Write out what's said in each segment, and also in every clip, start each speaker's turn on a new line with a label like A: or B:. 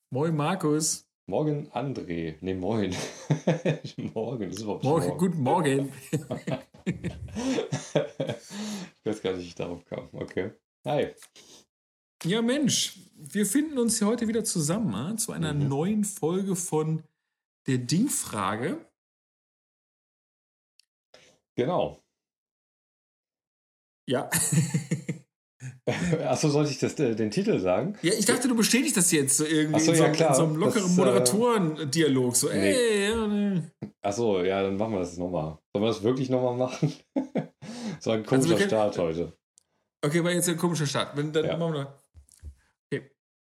A: Moin Markus.
B: Morgen André. Ne, moin. Morgen, ist überhaupt schon
A: Morgen,
B: morgen.
A: guten Morgen.
B: Ich weiß gar nicht, wie ich darauf kam. Okay. Hi.
A: Ja Mensch, wir finden uns hier heute wieder zusammen zu einer
B: Mhm.
A: neuen Folge von der Dingfrage.
B: Genau.
A: Ja.
B: Achso, sollte ich den Titel sagen?
A: Ja, ich dachte, du bestätigst das jetzt so irgendwie
B: Achso, ja
A: in so
B: klar.
A: einem lockeren Moderatoren-Dialog. So,
B: Nee.
A: ja, ne.
B: Achso, ja, dann machen wir das nochmal. Sollen wir das wirklich nochmal machen? So ein
A: Also wir
B: komischer
A: können.
B: Start heute.
A: Okay, war jetzt ein komischer Start. Dann
B: Ja.
A: machen wir. Okay.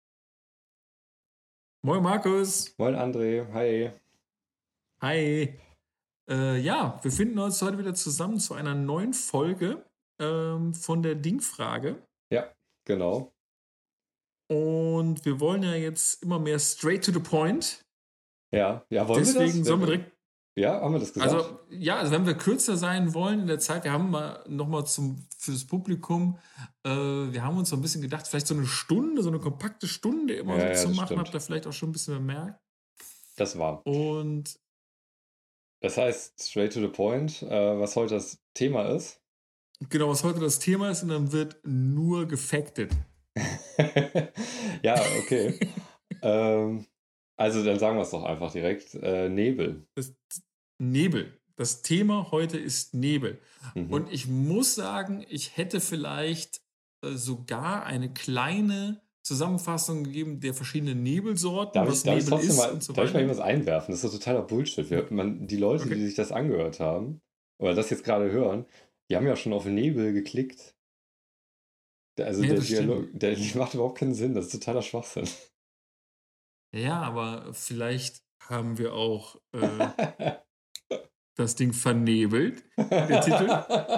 A: Moin Markus.
B: Moin André. Hi.
A: Hi. Ja, wir finden uns heute wieder zusammen zu einer neuen Folge von der Dingfrage.
B: Ja, genau.
A: Und wir wollen ja jetzt immer mehr straight to the point.
B: Ja, wollen wir das?
A: Deswegen sollen wir direkt.
B: Ja, haben wir das gesagt?
A: Also wenn wir kürzer sein wollen in der Zeit, wir haben mal nochmal fürs Publikum, wir haben uns so ein bisschen gedacht, vielleicht so eine Stunde, so eine kompakte Stunde immer
B: Ja,
A: so zu
B: das
A: machen,
B: stimmt.
A: habt ihr vielleicht auch schon ein bisschen bemerkt.
B: Das war.
A: Und
B: Das heißt, straight to the point, was heute das Thema ist.
A: genau, was heute das Thema ist, und dann wird nur gefactet.
B: Ja, okay. Also dann sagen wir es doch einfach direkt. Nebel.
A: Nebel. Das Thema heute ist Nebel.
B: Mhm.
A: Und ich muss sagen, ich hätte vielleicht sogar eine kleine Zusammenfassung gegeben der verschiedenen Nebelsorten,
B: Darf
A: was
B: ich
A: Nebel ist
B: mal,
A: und so
B: darf ich mal
A: weiter.
B: irgendwas einwerfen? Das ist doch totaler Bullshit. Die Leute,
A: Okay.
B: die sich das angehört haben, oder das jetzt gerade hören, die haben ja schon auf Nebel geklickt. Also
A: Ja,
B: der
A: das stimmt.
B: Dialog, der macht überhaupt keinen Sinn. Das ist totaler Schwachsinn.
A: Ja, aber vielleicht haben wir auch das Ding vernebelt, der Titel.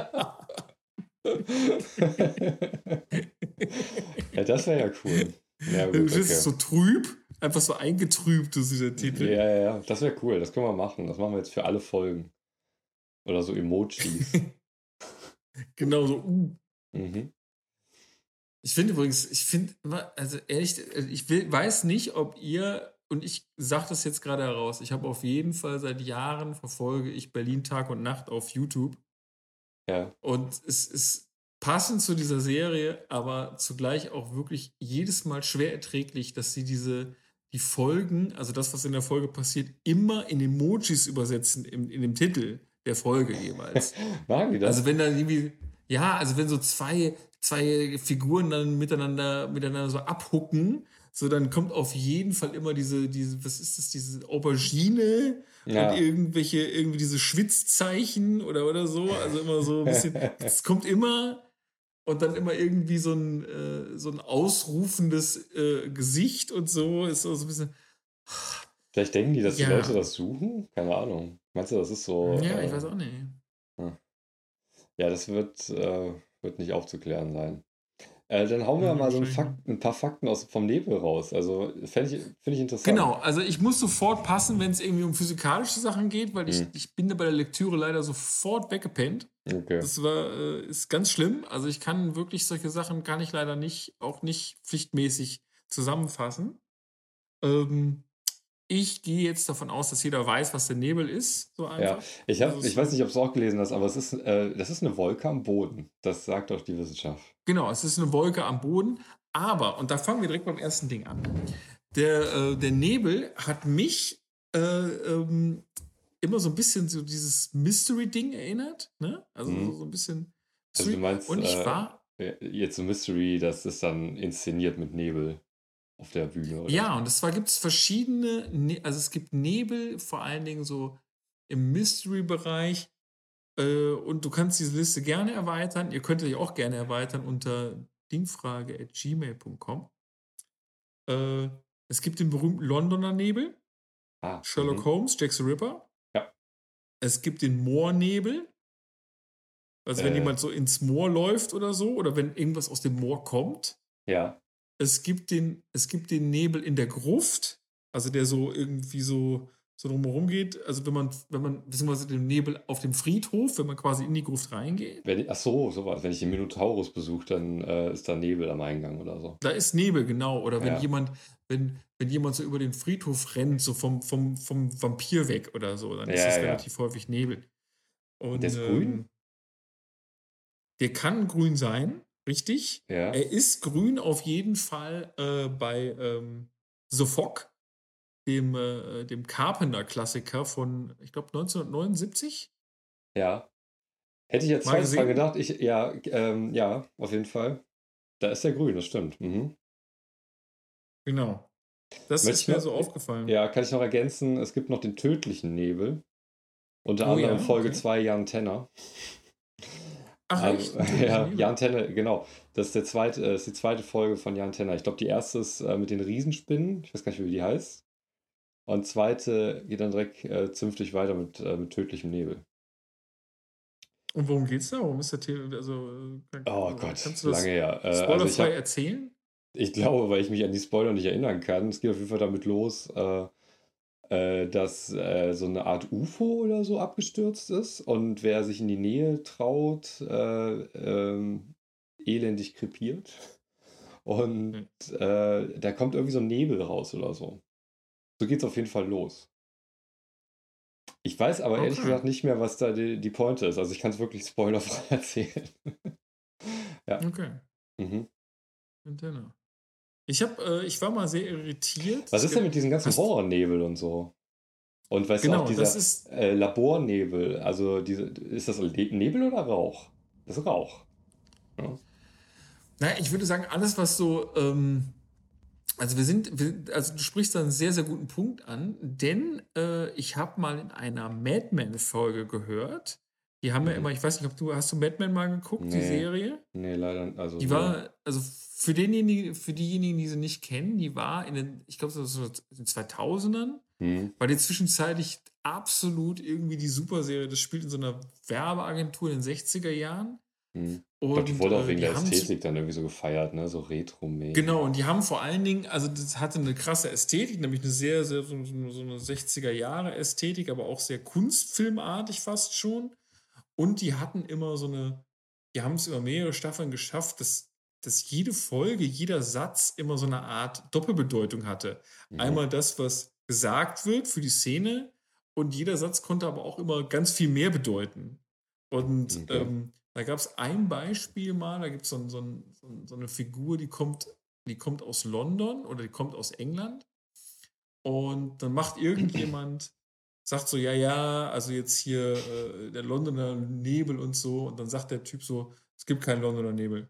B: Ja, das wäre ja cool. Ja, gut,
A: Das ist
B: okay.
A: so trüb, einfach so eingetrübt, das ist der Titel.
B: Ja, das wäre cool. Das können wir machen. Das machen wir jetzt für alle Folgen. Oder so Emojis.
A: Genau so.
B: Mhm.
A: Ich finde übrigens, also ehrlich, weiß nicht, ob ihr, und ich sage das jetzt gerade heraus, ich habe auf jeden Fall seit Jahren verfolge ich Berlin Tag und Nacht auf YouTube.
B: Ja.
A: Und es ist passend zu dieser Serie, aber zugleich auch wirklich jedes Mal schwer erträglich, dass sie die Folgen, also das, was in der Folge passiert, immer in Emojis übersetzen in dem Titel der Folge jeweils.
B: Machen die das?
A: Also wenn dann irgendwie, ja, also wenn so zwei Figuren dann miteinander so abhucken, so dann kommt auf jeden Fall immer was ist das, diese Aubergine und
B: Ja.
A: irgendwie diese Schwitzzeichen oder so, also immer so ein bisschen, es kommt immer und dann immer irgendwie so ein ausrufendes Gesicht und so, ist so ein bisschen,
B: Vielleicht denken die, dass die Leute
A: ja,
B: das suchen? Keine Ahnung. Meinst du, das ist so.
A: ja, ich weiß auch nicht.
B: Hm. Ja, das wird nicht aufzuklären sein. Dann hauen wir
A: Ja,
B: mal so
A: wahrscheinlich nicht.
B: ein paar Fakten vom Nebel raus. Also finde ich
A: Genau,
B: interessant.
A: also ich muss sofort passen, wenn es irgendwie um physikalische Sachen geht, weil
B: Hm.
A: ich bin da bei der Lektüre leider sofort weggepennt.
B: Okay.
A: Das ist ganz schlimm. Also ich kann wirklich solche Sachen, kann ich leider auch nicht pflichtmäßig zusammenfassen. Ähm, ich gehe jetzt davon aus, dass jeder weiß, was der Nebel ist, so
B: Ja,
A: einfach. Also
B: ich weiß nicht, ob du es auch gelesen hast, aber das ist eine Wolke am Boden. Das sagt doch die Wissenschaft.
A: genau, es ist eine Wolke am Boden. Aber, und da fangen wir direkt beim ersten Ding an. Der Nebel hat mich immer so ein bisschen so dieses Mystery-Ding erinnert. Ne? Also
B: Hm.
A: so ein bisschen
B: Also du
A: Mystery.
B: meinst,
A: Und ich war.
B: jetzt so Mystery, das ist dann inszeniert mit Nebel auf der Bühne, oder?
A: Ja, und zwar gibt es verschiedene, also es gibt Nebel, vor allen Dingen so im Mystery-Bereich. Und du kannst diese Liste gerne erweitern. Ihr könnt euch auch gerne erweitern unter dingfrage@gmail.com. Äh, es gibt den berühmten Londoner Nebel,
B: Ah,
A: Sherlock Holmes, Jack the Ripper.
B: Ja.
A: Es gibt den Moornebel, also wenn
B: Äh,
A: jemand so ins Moor läuft oder so, oder wenn irgendwas aus dem Moor kommt.
B: ja.
A: Es gibt den Nebel in der Gruft, also der so irgendwie so so drumherum geht. Also wenn man, beziehungsweise den Nebel auf dem Friedhof, wenn man quasi in die Gruft reingeht.
B: Ach so, sowas. Wenn ich den Minotaurus besuche, dann ist da Nebel am Eingang oder so.
A: Da ist Nebel, genau. Oder wenn
B: Ja.
A: wenn jemand so über den Friedhof rennt, so vom Vampir weg oder so, dann ist
B: Ja,
A: das
B: ja.
A: relativ häufig Nebel.
B: Und der
A: Und
B: ist grün?
A: der kann grün sein, richtig.
B: Ja.
A: Er ist grün auf jeden Fall bei The Fog, dem Carpenter-Klassiker von, ich glaube, 1979.
B: Ja. Hätte ich jetzt
A: Mal
B: zweites Mal
A: gesehen?
B: gedacht, ja, auf jeden Fall. Da ist der grün, das stimmt. Mhm.
A: Genau. Das
B: Möchte
A: ist
B: ich
A: mir
B: noch,
A: so aufgefallen.
B: ja, kann ich noch ergänzen, es gibt noch den tödlichen Nebel. Unter
A: Oh
B: anderem
A: ja,
B: Folge
A: okay.
B: 2 Jan Tenner.
A: Ach echt? Ein tödlicher
B: Ja,
A: Nebel.
B: Jan Tenner, genau. Das ist die zweite Folge von Jan Tenner. Ich glaube, die erste ist mit den Riesenspinnen. Ich weiß gar nicht, wie die heißt. Und zweite geht dann direkt zünftig weiter mit tödlichem Nebel.
A: Und worum geht's da? Worum ist der Thema? Also,
B: Oh Gott,
A: kannst du das
B: lange her. Also
A: spoilerfrei erzählen?
B: ich glaube, weil ich mich an die Spoiler nicht erinnern kann, es geht auf jeden Fall damit los, dass so eine Art UFO oder so abgestürzt ist und wer sich in die Nähe traut, elendig krepiert. Und
A: Hm.
B: da kommt irgendwie so ein Nebel raus oder so. So geht's auf jeden Fall los. Ich weiß aber ehrlich
A: Okay,
B: gesagt nicht mehr, was da die Pointe ist. Also ich kann es wirklich spoilerfrei erzählen. Ja.
A: okay.
B: Mhm.
A: Antenne. Ich war mal sehr irritiert.
B: Was ist denn mit diesem ganzen
A: Hast,
B: Horrornebel und so? Und weißt du, auch
A: genau, das
B: dieser
A: ist,
B: Labornebel, also ist das Nebel oder Rauch? Das ist Rauch. Ja.
A: naja, ich würde sagen, alles, was so, also also du sprichst da einen sehr, sehr guten Punkt an, denn ich habe mal in einer Mad Men-Folge gehört, die haben ja
B: Mhm.
A: immer, ich weiß nicht, hast du Mad Men mal geguckt, die
B: Nee,
A: Serie?
B: nee, leider, also
A: Die
B: nee.
A: war, also für diejenigen, die sie nicht kennen, die war ich glaube, so in den 2000ern,
B: Hm,
A: war die zwischenzeitlich absolut irgendwie die Superserie. Das spielt in so einer Werbeagentur in den 60er Jahren.
B: hm. Ich glaube, die
A: Und
B: wurde auch wegen der
A: die haben
B: Ästhetik dann irgendwie so gefeiert, ne? So
A: genau,
B: retro-mäßig.
A: und die haben vor allen Dingen, also das hatte eine krasse Ästhetik, nämlich eine sehr, sehr so eine 60er Jahre Ästhetik, aber auch sehr kunstfilmartig fast schon. Und die hatten immer die haben es über mehrere Staffeln geschafft, dass jede Folge, jeder Satz immer so eine Art Doppelbedeutung hatte.
B: Mhm.
A: Einmal das, was gesagt wird für die Szene, und jeder Satz konnte aber auch immer ganz viel mehr bedeuten. Und
B: Okay.
A: da gab es ein Beispiel mal, da gibt es so eine Figur, die kommt aus London oder die kommt aus England. Und dann macht irgendjemand, sagt so, ja, ja, also jetzt hier der Londoner Nebel und so. Und dann sagt der Typ so, es gibt keinen Londoner Nebel.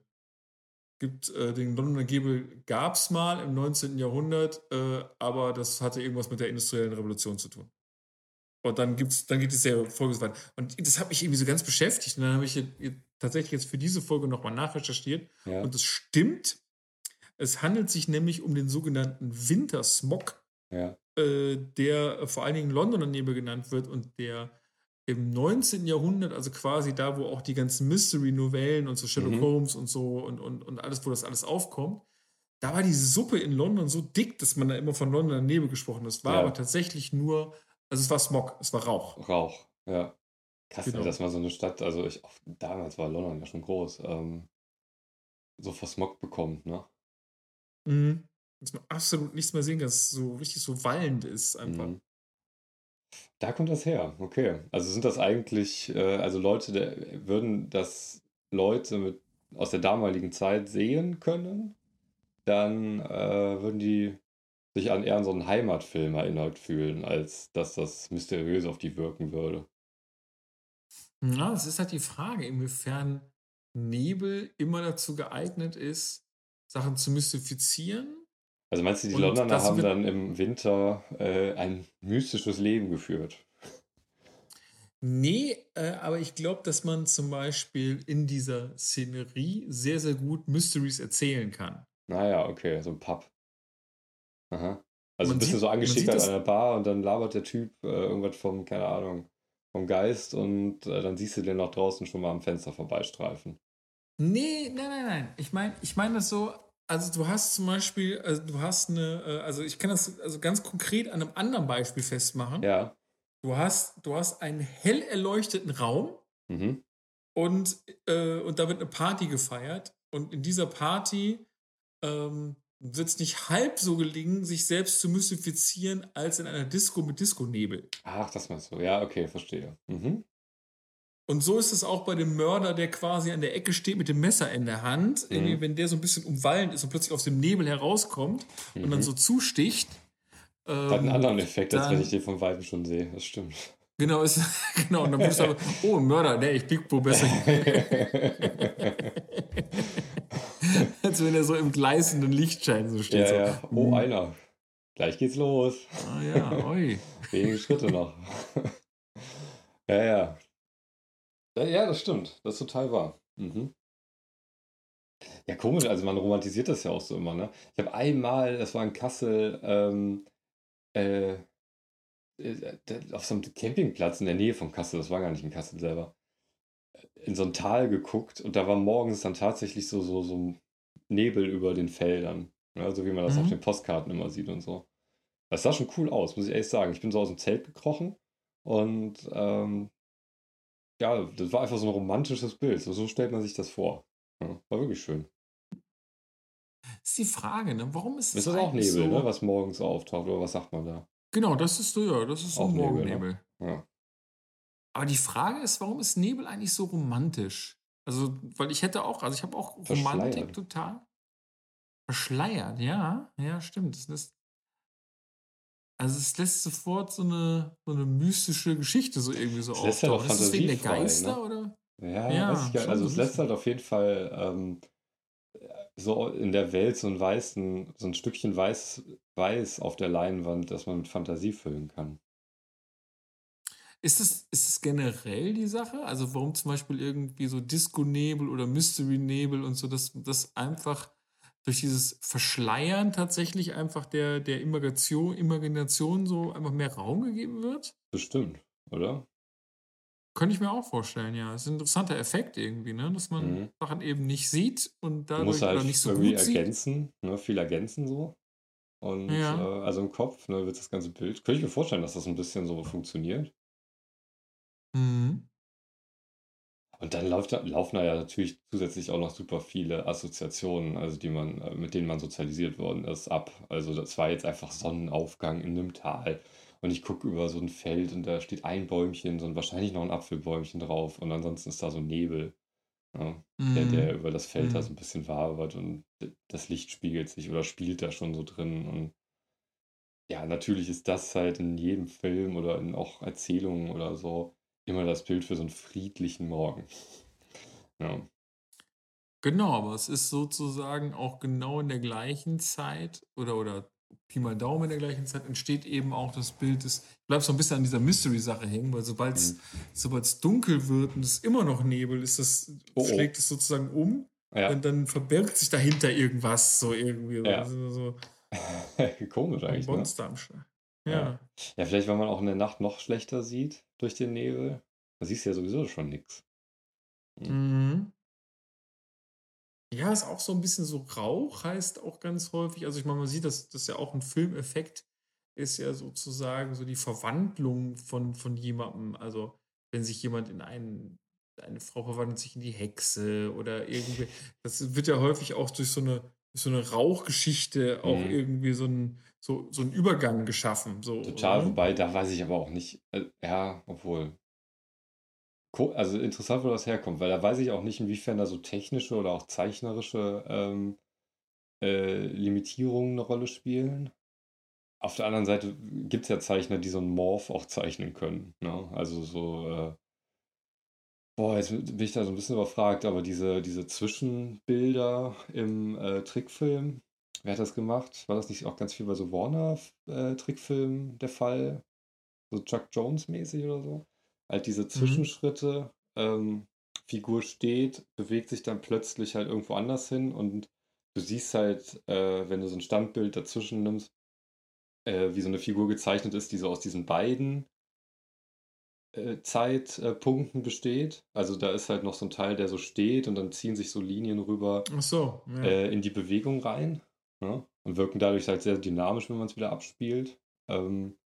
A: Den Londoner Nebel gab es mal im 19. Jahrhundert, aber das hatte irgendwas mit der industriellen Revolution zu tun. Und dann geht es sehr Folge weiter. Und das hat mich irgendwie so ganz beschäftigt. Und dann habe ich tatsächlich jetzt für diese Folge nochmal nachrecherchiert.
B: Ja,
A: Und es stimmt. Es handelt sich nämlich um den sogenannten Wintersmog,
B: ja.
A: der vor allen Dingen Londoner Nebel genannt wird und der im 19. Jahrhundert, also quasi da, wo auch die ganzen Mystery-Novellen und so Sherlock
B: Mhm.
A: Holmes und so und alles, wo das alles aufkommt, da war die Suppe in London so dick, dass man da immer von Londoner Nebel gesprochen hat. Es war aber
B: Ja,
A: tatsächlich nur, also es war Smog, es war Rauch.
B: Rauch. Ja. Krass, ey, dass
A: Genau.
B: mal so eine Stadt, also damals war London ja schon groß, so versmoggt bekommt, ne?
A: Mhm. Dass man absolut nichts mehr sehen kann, dass es so richtig so wallend ist einfach.
B: Mhm. Da kommt das her, okay. Also sind das eigentlich, also würden das Leute aus der damaligen Zeit sehen können, dann würden die sich eher an so einen Heimatfilm erinnert fühlen, als dass das mysteriös auf die wirken würde.
A: Ja, es ist halt die Frage, inwiefern Nebel immer dazu geeignet ist, Sachen zu mystifizieren.
B: Also meinst du, die
A: Und
B: Londoner
A: das
B: haben
A: wird,
B: dann im Winter ein mystisches Leben geführt?
A: nee, aber ich glaube, dass man zum Beispiel in dieser Szenerie sehr, sehr gut Mysteries erzählen kann.
B: Naja, okay, so ein Pub. Aha. Also bist du so
A: Man
B: angeschickert
A: sieht
B: an
A: das,
B: der Bar und dann labert der Typ irgendwas vom, keine Ahnung, vom Geist und dann siehst du den noch draußen schon mal am Fenster vorbeistreifen.
A: nee, nein, nein, nein. Ich meine das so, Also du hast zum Beispiel, du hast eine, also ich kann das also ganz konkret an einem anderen Beispiel festmachen.
B: Ja.
A: Du hast einen hell erleuchteten Raum
B: Mhm.
A: und da wird eine Party gefeiert. Und in dieser Party wird es nicht halb so gelingen, sich selbst zu mystifizieren, als in einer Disco mit Disco-Nebel.
B: Ach, das meinst du. Ja, okay, verstehe. Mhm.
A: Und so ist es auch bei dem Mörder, der quasi an der Ecke steht mit dem Messer in der Hand. Irgendwie,
B: Mhm.
A: wenn der so ein bisschen umwallend ist und plötzlich aus dem Nebel herauskommt und dann
B: Mhm.
A: so zusticht,
B: Hat einen
A: ähm,
B: anderen Effekt, als wenn ich
A: dann,
B: den von Weitem schon sehe. Das stimmt.
A: genau, ist, genau, und dann würdest du aber, oh, ein Mörder, ne, ich blick wohl besser. Als wenn er so im gleißenden Lichtschein so steht.
B: Ja,
A: So.
B: ja. Oh, einer. Gleich geht's los.
A: Ah ja, oi.
B: Wenige Schritte noch. Ja, ja. Ja, ja, das stimmt. Das ist total wahr. Mhm. Ja, komisch, also man romantisiert das ja auch so immer, ne? Ich habe einmal, das war in Kassel, äh, auf so einem Campingplatz in der Nähe von Kassel, das war gar nicht in Kassel selber, in so ein Tal geguckt und da war morgens dann tatsächlich so Nebel über den Feldern. Ja, so wie man das auf den
A: Mhm.
B: Postkarten immer sieht und so. Das sah schon cool aus, muss ich ehrlich sagen. Ich bin so aus dem Zelt gekrochen und ja, das war einfach so ein romantisches Bild. So stellt man sich das vor. Ja, war wirklich schön.
A: Ist die Frage, ne? Warum ist
B: Ist
A: es
B: das auch
A: eigentlich
B: Nebel, ne?
A: so?
B: Was morgens auftaucht, oder was sagt man da?
A: Genau, das ist so, ja, das ist so
B: Auch
A: ein
B: Nebel, ne?
A: Morgennebel.
B: Ja.
A: Aber die Frage ist, warum ist Nebel eigentlich so romantisch? Also, weil ich hätte auch, also ich habe auch Romantik
B: Verschleiert.
A: total verschleiert, ja, ja, stimmt. Es lässt sofort so eine mystische Geschichte so irgendwie so
B: Es lässt halt auch
A: auftauchen. Ist es wegen der
B: fantasiefrei, ne?
A: Geister oder?
B: Ja, weiß ich
A: Ja,
B: gar nicht.
A: schon
B: Also
A: so ein
B: es lässt
A: bisschen.
B: halt auf jeden Fall so in der Welt so ein Stückchen weiß auf der Leinwand, das man mit Fantasie füllen kann.
A: Ist es generell die Sache? Also, warum zum Beispiel irgendwie so Disco-Nebel oder Mystery-Nebel und so, dass das einfach durch dieses Verschleiern tatsächlich einfach der Imagination so einfach mehr Raum gegeben wird?
B: Bestimmt, oder?
A: Könnte ich mir auch vorstellen, ja. Ist 'n interessanter Effekt irgendwie, ne, dass man
B: Mhm.
A: Sachen eben nicht sieht und
B: Du musst
A: dadurch oder
B: halt
A: nicht so
B: irgendwie
A: gut sieht.
B: ergänzen, ne? Viel ergänzen so. Und
A: Ja.
B: also im Kopf, ne, wird das ganze Bild. Könnte ich mir vorstellen, dass das ein bisschen so funktioniert.
A: Mhm.
B: Und dann laufen da ja natürlich zusätzlich auch noch super viele Assoziationen, also mit denen man sozialisiert worden ist, ab. Also das war jetzt einfach Sonnenaufgang in einem Tal. Und ich gucke über so ein Feld und da steht ein Bäumchen, wahrscheinlich noch ein Apfelbäumchen drauf. Und ansonsten ist da so Nebel, ja, der
A: Mhm.
B: über das Feld da so
A: Mhm.
B: ein bisschen wabert und das Licht spiegelt sich oder spielt da schon so drin. Und ja, natürlich ist das halt in jedem Film oder in auch Erzählungen oder so immer das Bild für so einen friedlichen Morgen. Ja.
A: Genau, aber es ist sozusagen auch genau in der gleichen Zeit oder Pi mal Daumen in der gleichen Zeit entsteht eben auch das Bild des ich bleibe so ein bisschen an dieser Mystery-Sache hängen, weil
B: Mhm.
A: sobald's dunkel wird und es immer noch Nebel ist,
B: Oh, oh.
A: schlägt es sozusagen um,
B: Ja,
A: dann verbirgt sich dahinter irgendwas so irgendwie so. Das
B: ja.
A: ist immer so
B: Komisch
A: ein
B: eigentlich, ne?
A: Monster am Start.
B: Ja.
A: Ja.
B: Ja, vielleicht, weil man auch in der Nacht noch schlechter sieht durch den Nebel. Da siehst du ja sowieso schon nix. Mhm.
A: Mhm. Ja, ist auch so ein bisschen so Rauch heißt auch ganz häufig also, ich meine, man sieht das ist ja auch ein Filmeffekt ist ja sozusagen so die Verwandlung von jemandem. Also, wenn sich jemand in eine Frau verwandelt sich in die Hexe oder irgendwie das wird ja häufig auch durch so eine Rauchgeschichte auch
B: Mhm.
A: irgendwie so 'n Übergang geschaffen, so,
B: Total,
A: ne?
B: wobei da weiß ich aber auch nicht ja, obwohl also interessant, wo das herkommt, weil da weiß ich auch nicht, inwiefern da so technische oder auch zeichnerische, Limitierungen eine Rolle spielen. Auf der anderen Seite gibt es ja Zeichner, die so 'n Morph auch zeichnen können, ne? Also so, boah, jetzt bin ich da so ein bisschen überfragt, aber diese Zwischenbilder im, Trickfilm, wer hat das gemacht? War das nicht auch ganz viel bei so Warner Trickfilmen der Fall? So Chuck Jones mäßig oder so? Halt diese
A: Mhm.
B: Zwischenschritte, Figur steht, bewegt sich dann plötzlich halt irgendwo anders hin und du siehst halt, wenn du so ein Standbild dazwischen nimmst, wie so eine Figur gezeichnet ist, die so aus diesen beiden Zeitpunkten besteht. Also da ist halt noch so ein Teil, der so steht und dann ziehen sich so Linien rüber
A: Ach so, ja.
B: in die Bewegung rein, ne? Und wirken dadurch halt sehr dynamisch, wenn man es wieder abspielt. Ähm,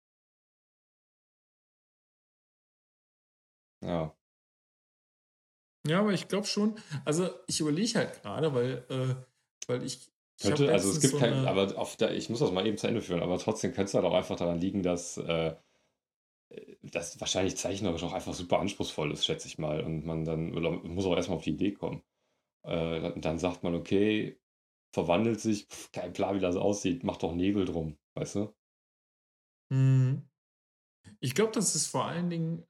B: ja.
A: Ja, aber ich glaube schon, also ich überlege halt gerade, weil ich habe
B: Könnte, also es
A: letztens
B: gibt
A: so
B: kein,
A: eine.
B: aber ich muss das mal eben zu Ende führen, aber trotzdem könnte es halt auch einfach daran liegen, dass das wahrscheinlich zeichnerisch auch einfach super anspruchsvoll ist, schätze ich mal. Und man dann, oder muss auch erstmal auf die Idee kommen. Dann sagt man, okay, verwandelt sich, kein Plan, wie das aussieht, macht doch Nebel drum, weißt du?
A: Mhm. Ich glaube, das ist vor allen Dingen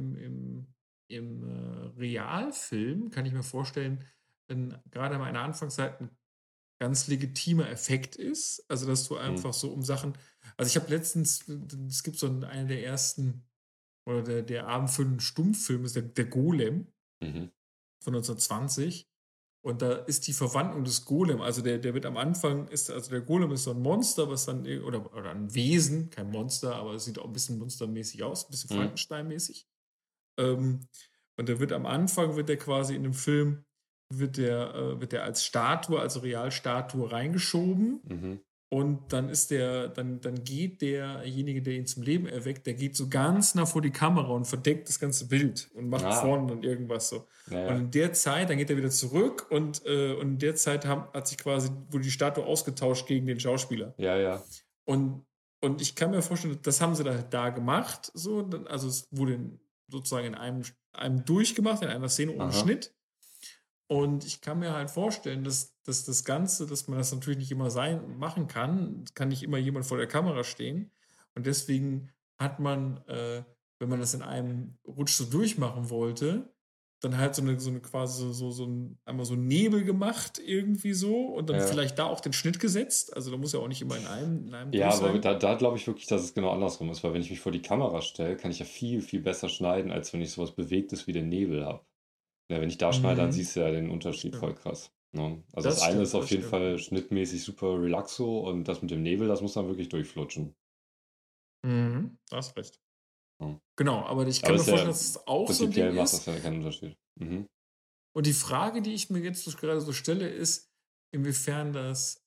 A: im Realfilm, kann ich mir vorstellen, gerade in meiner Anfangszeit ein ganz legitimer Effekt ist. Also, dass du
B: Mhm.
A: einfach so um Sachen. Also, ich habe letztens, es gibt so einen der ersten oder der abendfüllenden Stummfilme, ist der Golem
B: Mhm.
A: von 1920. Und da ist die Verwandlung des Golem, also der wird am Anfang, also der Golem ist so ein Monster, was dann, oder ein Wesen, kein Monster, aber es sieht auch ein bisschen monstermäßig aus, ein bisschen
B: Mhm.
A: Frankenstein-mäßig. Ähm, und der wird am Anfang, wird der quasi in dem Film, wird der als Statue, also Realstatue reingeschoben.
B: Mhm.
A: Und dann geht derjenige, der ihn zum Leben erweckt, der geht so ganz nah vor die Kamera und verdeckt das ganze Bild und macht
B: Ah,
A: vorne dann irgendwas so. Und
B: naja.
A: in der Zeit, dann geht er wieder zurück und in der Zeit hat sich quasi, wurde die Statue ausgetauscht gegen den Schauspieler.
B: Ja, ja.
A: Und, und ich kann mir vorstellen, das haben sie da gemacht, so, also es wurde sozusagen in einem durchgemacht, in einer Szene ohne
B: Aha.
A: Schnitt. Und ich kann mir halt vorstellen, dass das Ganze, dass man das natürlich nicht immer machen kann, kann nicht immer jemand vor der Kamera stehen. Und deswegen hat man, wenn man das in einem Rutsch so durchmachen wollte, dann halt so eine quasi einmal so 'n Nebel gemacht irgendwie so und dann
B: Ja.
A: vielleicht da auch den Schnitt gesetzt. Also, da muss ja auch nicht immer in einem
B: Ja,
A: durch
B: aber
A: sein.
B: da glaube ich wirklich, dass es genau andersrum ist, weil wenn ich mich vor die Kamera stelle, kann ich ja viel, viel besser schneiden, als wenn ich sowas Bewegtes wie den Nebel habe. Ja, wenn ich da schneide, dann
A: Mhm.
B: siehst du ja den
A: Das
B: Unterschied voll
A: stimmt.
B: krass. Ne? Also das
A: Das
B: eine ist
A: stimmt,
B: auf
A: das
B: jeden
A: stimmt,
B: Fall
A: ja.
B: schnittmäßig super relaxo und das mit dem Nebel, das muss dann wirklich durchflutschen.
A: Mhm, da hast recht.
B: Ja.
A: Genau, aber ich
B: Aber
A: kann mir
B: ist ja
A: vorstellen, dass es auch so ein Ding
B: prinzipiell macht das
A: ist.
B: ja keinen Unterschied. Mhm.
A: Und die Frage, die ich mir jetzt so gerade so stelle, ist, inwiefern das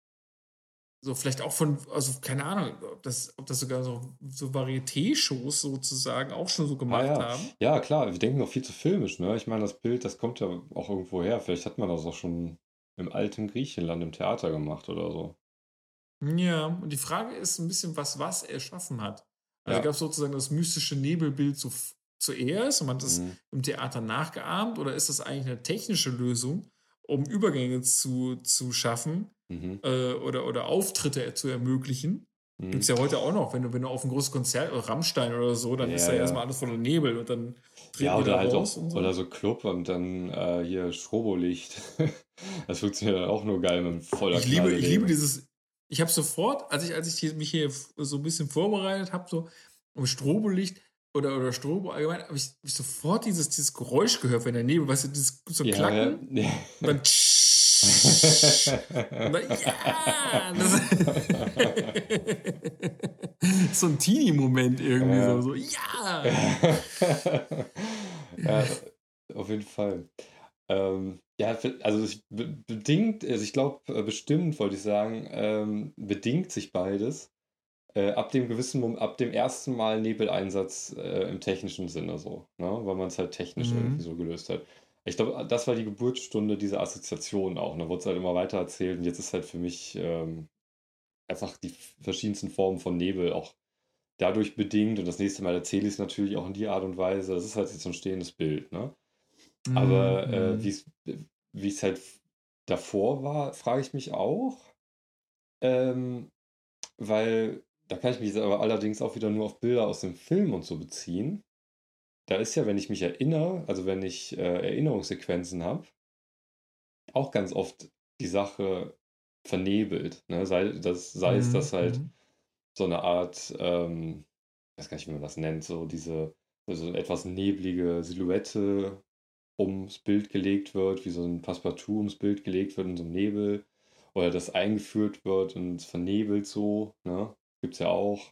A: so vielleicht auch also keine Ahnung, ob das sogar so Varieté-Shows sozusagen auch schon so
B: Ah
A: gemacht
B: ja,
A: haben.
B: ja klar, wir denken noch viel zu filmisch, ne? Ich meine, das Bild, das kommt ja auch irgendwo her. Vielleicht hat man das auch schon im alten Griechenland im Theater gemacht oder so.
A: Ja, und die Frage ist ein bisschen, was er erschaffen hat. Also,
B: Ja.
A: gab es sozusagen das mystische Nebelbild zuerst und man hat das
B: Mhm.
A: im Theater nachgeahmt oder ist das eigentlich eine technische Lösung, um Übergänge zu schaffen,
B: Mhm.
A: oder Auftritte zu ermöglichen? Gibt es
B: Mhm.
A: ja heute auch noch, wenn du auf ein großes Konzert oder Rammstein oder so, dann ist
B: Ja,
A: da erst mal
B: ja.
A: alles voller Nebel und dann treten
B: Ja,
A: die da
B: oder halt auch,
A: raus und
B: oder
A: so.
B: so Club und dann hier Strobolicht. Das funktioniert dann auch nur geil mit voller
A: Ich liebe
B: Knalledebe.
A: dieses. Ich habe sofort, als ich mich hier so ein bisschen vorbereitet habe, so um Strobolicht oder Strobo allgemein, habe ich sofort dieses Geräusch gehört, wenn der Nebel, weißt du, so ein
B: Ja, ja.
A: Klacken und dann und dann ja, das so ein Teenie-Moment irgendwie so,
B: Ja.
A: so ja.
B: Ja, auf jeden Fall. Ja, also bedingt, also ich glaube, bestimmt wollte ich sagen, bedingt sich beides. Ab dem gewissen Moment, ab dem ersten Mal Nebeleinsatz im technischen Sinne so, ne? Weil man es halt technisch irgendwie
A: Mhm.
B: so gelöst hat. Ich glaube, das war die Geburtsstunde dieser Assoziation auch. Da wurde es halt immer weiter erzählt und jetzt ist halt für mich einfach die verschiedensten Formen von Nebel auch dadurch bedingt und das nächste Mal erzähle ich es natürlich auch in die Art und Weise. Das ist halt jetzt so ein stehendes Bild, ne?
A: Mhm.
B: Aber
A: Mhm.
B: wie es halt davor war, frage ich mich auch. Ähm, weil da kann ich mich jetzt aber allerdings auch wieder nur auf Bilder aus dem Film und so beziehen. Da ist ja, wenn ich mich erinnere, also wenn ich Erinnerungssequenzen habe, auch ganz oft die Sache vernebelt. Ne? Sei es,
A: Mhm.
B: dass halt
A: Mhm.
B: so eine Art, ich weiß gar nicht, wie man das nennt, so diese so etwas neblige Silhouette ums Bild gelegt wird, wie so ein Passepartout ums Bild gelegt wird in so einem Nebel. Oder das eingeführt wird und es vernebelt so, ne? Gibt's ja auch.